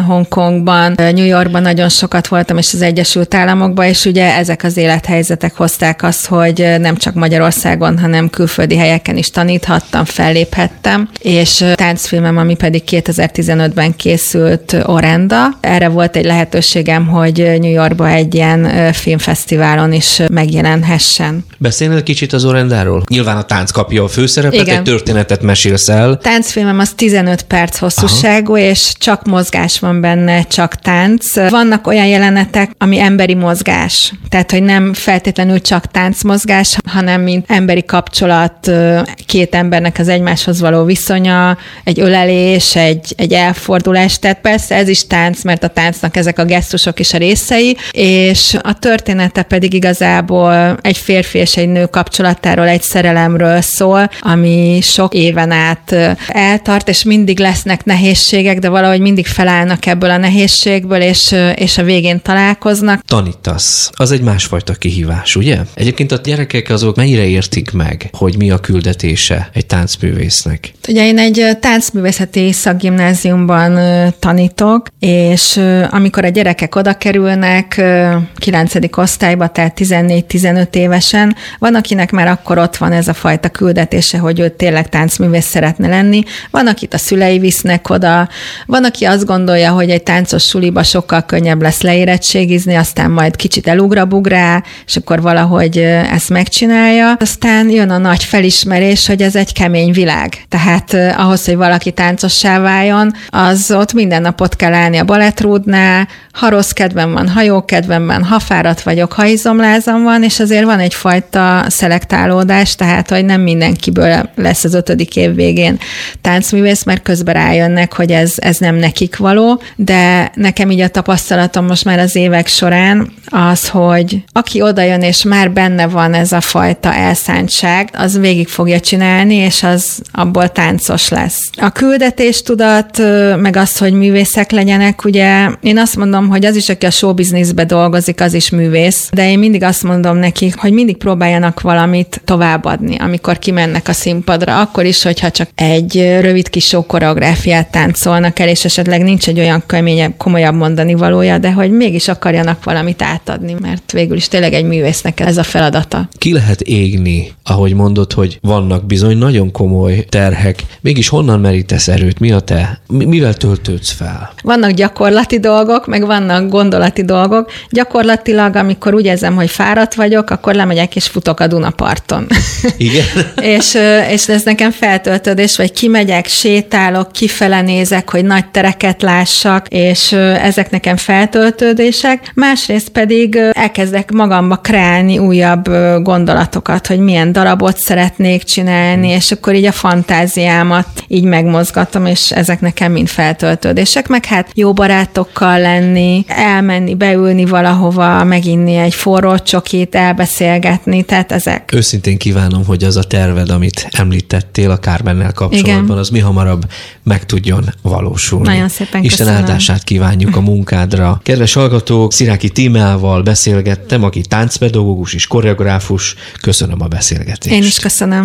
Hongkongban, New Yorkban nagyon sokat voltam, és az Egyesült Államokban, és ugye ezek az élethelyzetek hozták azt, hogy nem csak Magyarországon, hanem külföldi helyeken is taníthattam, felléphettem, és táncfilmem, ami pedig kétezer-tizenötben készült, Orenda. Erre volt egy lehetőségem, hogy New Yorkba egy ilyen filmfesztiválon is megjelenhessen. Beszélnél kicsit az Orendáról? Nyilván a tánc kapja a főszerepet, igen. Egy történetet mesélsz el. Táncfilmem az tizenöt perc hosszúságú, aha, és csak mozgás van benne, csak tánc. Vannak olyan jelenetek, ami emberi mozgás. Tehát, hogy nem feltétlenül csak táncmozgás, hanem mint emberi kapcsolat, két embernek az egymáshoz való viszonya, egy ölelés, egy, egy elfordulás. Tehát persze ez is tánc, mert a táncnak ezek a gesztusok is a részei, és a története pedig igazából egy férfi és egy nő kapcsolatáról, egy szerelemről szól, ami sok éven át eltart, és mindig lesznek nehézségek, de valahogy mindig felállnak ebből a nehézségből, és, és a végén találkoznak. Tanítasz. Az egy másfajta kihívás, ugye? Egyébként a gyerekek azok mennyire értik meg, hogy mi a küldetése egy táncművésznek? Ugye én egy táncművészeti szakgimnáziumban tanítok, és amikor a gyerekek oda kerülnek kilencedik osztályba, tehát tizennégy-tizenöt évesen, van, akinek már akkor ott van ez a fajta küldetése, hogy ő tényleg táncművész szeretne lenni, van, akit a szülei visznek oda, van, aki azt gondolja, hogy egy táncos suliba sokkal könnyebb lesz leérettségizni, aztán majd kicsit elugrabugrál, és akkor valahogy ezt megcsinálja. Aztán jön a nagy felismerés, hogy ez egy kemény világ. Tehát eh, ahhoz, hogy valaki táncossá váljon, az ott minden napot kell állni a balettrúdnál, ha rossz kedvem van, ha jó kedvem van, ha fáradt vagyok, ha izomlázam van, és azért van egyfajta szelektálódás, tehát hogy nem mindenkiből lesz az ötödik év végén táncművész, mert közben rájönnek, hogy ez, ez nem nekik való, de nekem így a tapasztalatom most már az évek során az, hogy aki odajön, és már benne van ez a fajta elszántság, az végig fogja csinálni, és az abból táncos lesz. A küldetéstudat, meg az, hogy művészek legyenek, ugye én azt mondom, hogy az is, aki a showbizniszbe dolgozik, az is művész, de én mindig azt mondom nekik, hogy mindig próbáljanak valamit továbbadni, amikor kimennek a színpadra, akkor is, hogyha csak egy rövid kis show koreográfiát táncolnak el, és esetleg nincs egy olyan keményebb, komolyabb mondani valója, de hogy mégis akarjanak valamit átadni, mert végül is tényleg egy művésznek ez a feladata. Ki lehet égni, ahogy mondod, hogy vannak bizony nagyon komoly terhek, mégis honnan merítesz erőt, mi a te, mivel töltődsz fel? Vannak gyakorlati dolgok, meg vannak gondolati dolgok. Gyakorlatilag, amikor úgy érzem, hogy fáradt vagyok, akkor lemegyek és futok a Dunaparton. Igen? és, és ez nekem feltöltődés, vagy kimegyek, sétálok, kifele nézek, hogy nagy tereket lássak, és ezek nekem feltöltődések. Másrészt pedig elkezdek magamba kreálni újabb gondolatokat, hogy milyen darabot szeretnék csinálni, és akkor így a fantáziámat így megmozgatom, és ezek nekem mind feltöltődések, meg hát jó barátokkal lenni, elmenni, beülni valahova, meginni egy forró csokit, elbeszélgetni, tehát ezek. Őszintén kívánom, hogy az a terved, amit említettél a Carmennel kapcsolatban, igen, az mi hamarabb meg tudjon valósulni. Nagyon szépen Isten köszönöm. áldását kívánjuk a munkádra. Kedves hallgatók, Sziráki Tímeával beszélgettem, aki táncpedagógus és koreográfus. Köszönöm a beszélgetést. Én is köszönöm.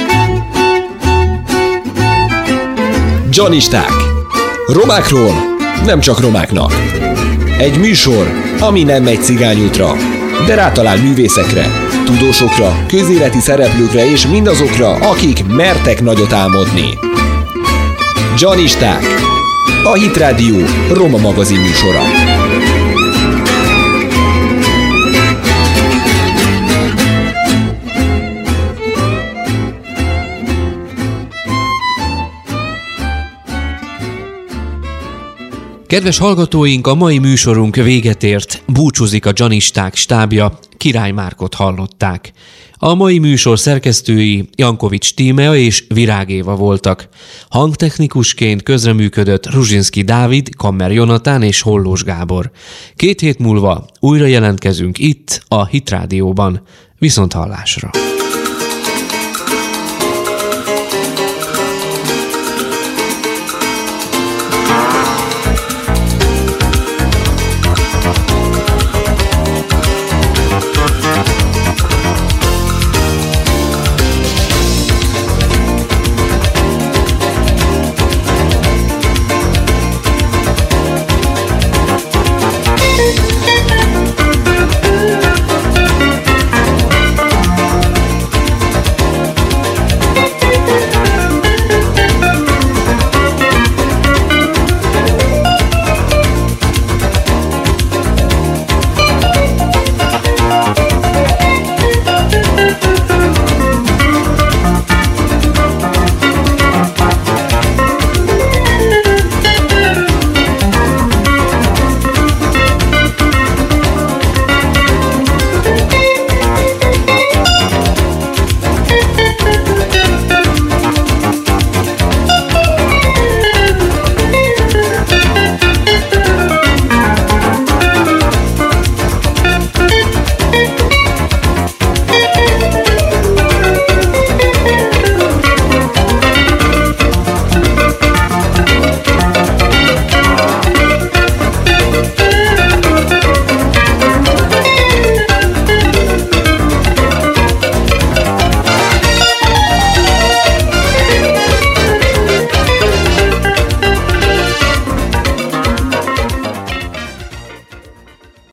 Janisták. Romákról nem csak romáknak. Egy műsor, ami nem megy cigányútra, de rátalál művészekre, tudósokra, közéleti szereplőkre és mindazokra, akik mertek nagyot álmodni. Janisták. A Hit Rádió Roma magazin műsora. Kedves hallgatóink, a mai műsorunk véget ért, búcsúzik a Janisták stábja, Király Márkot hallották. A mai műsor szerkesztői Jankovics Tímea és Virág Éva voltak. Hangtechnikusként közreműködött Ruzsinszki Dávid, Kammer Jonatán és Hollós Gábor. Két hét múlva újra jelentkezünk itt, a Hit Rádióban. Viszont hallásra!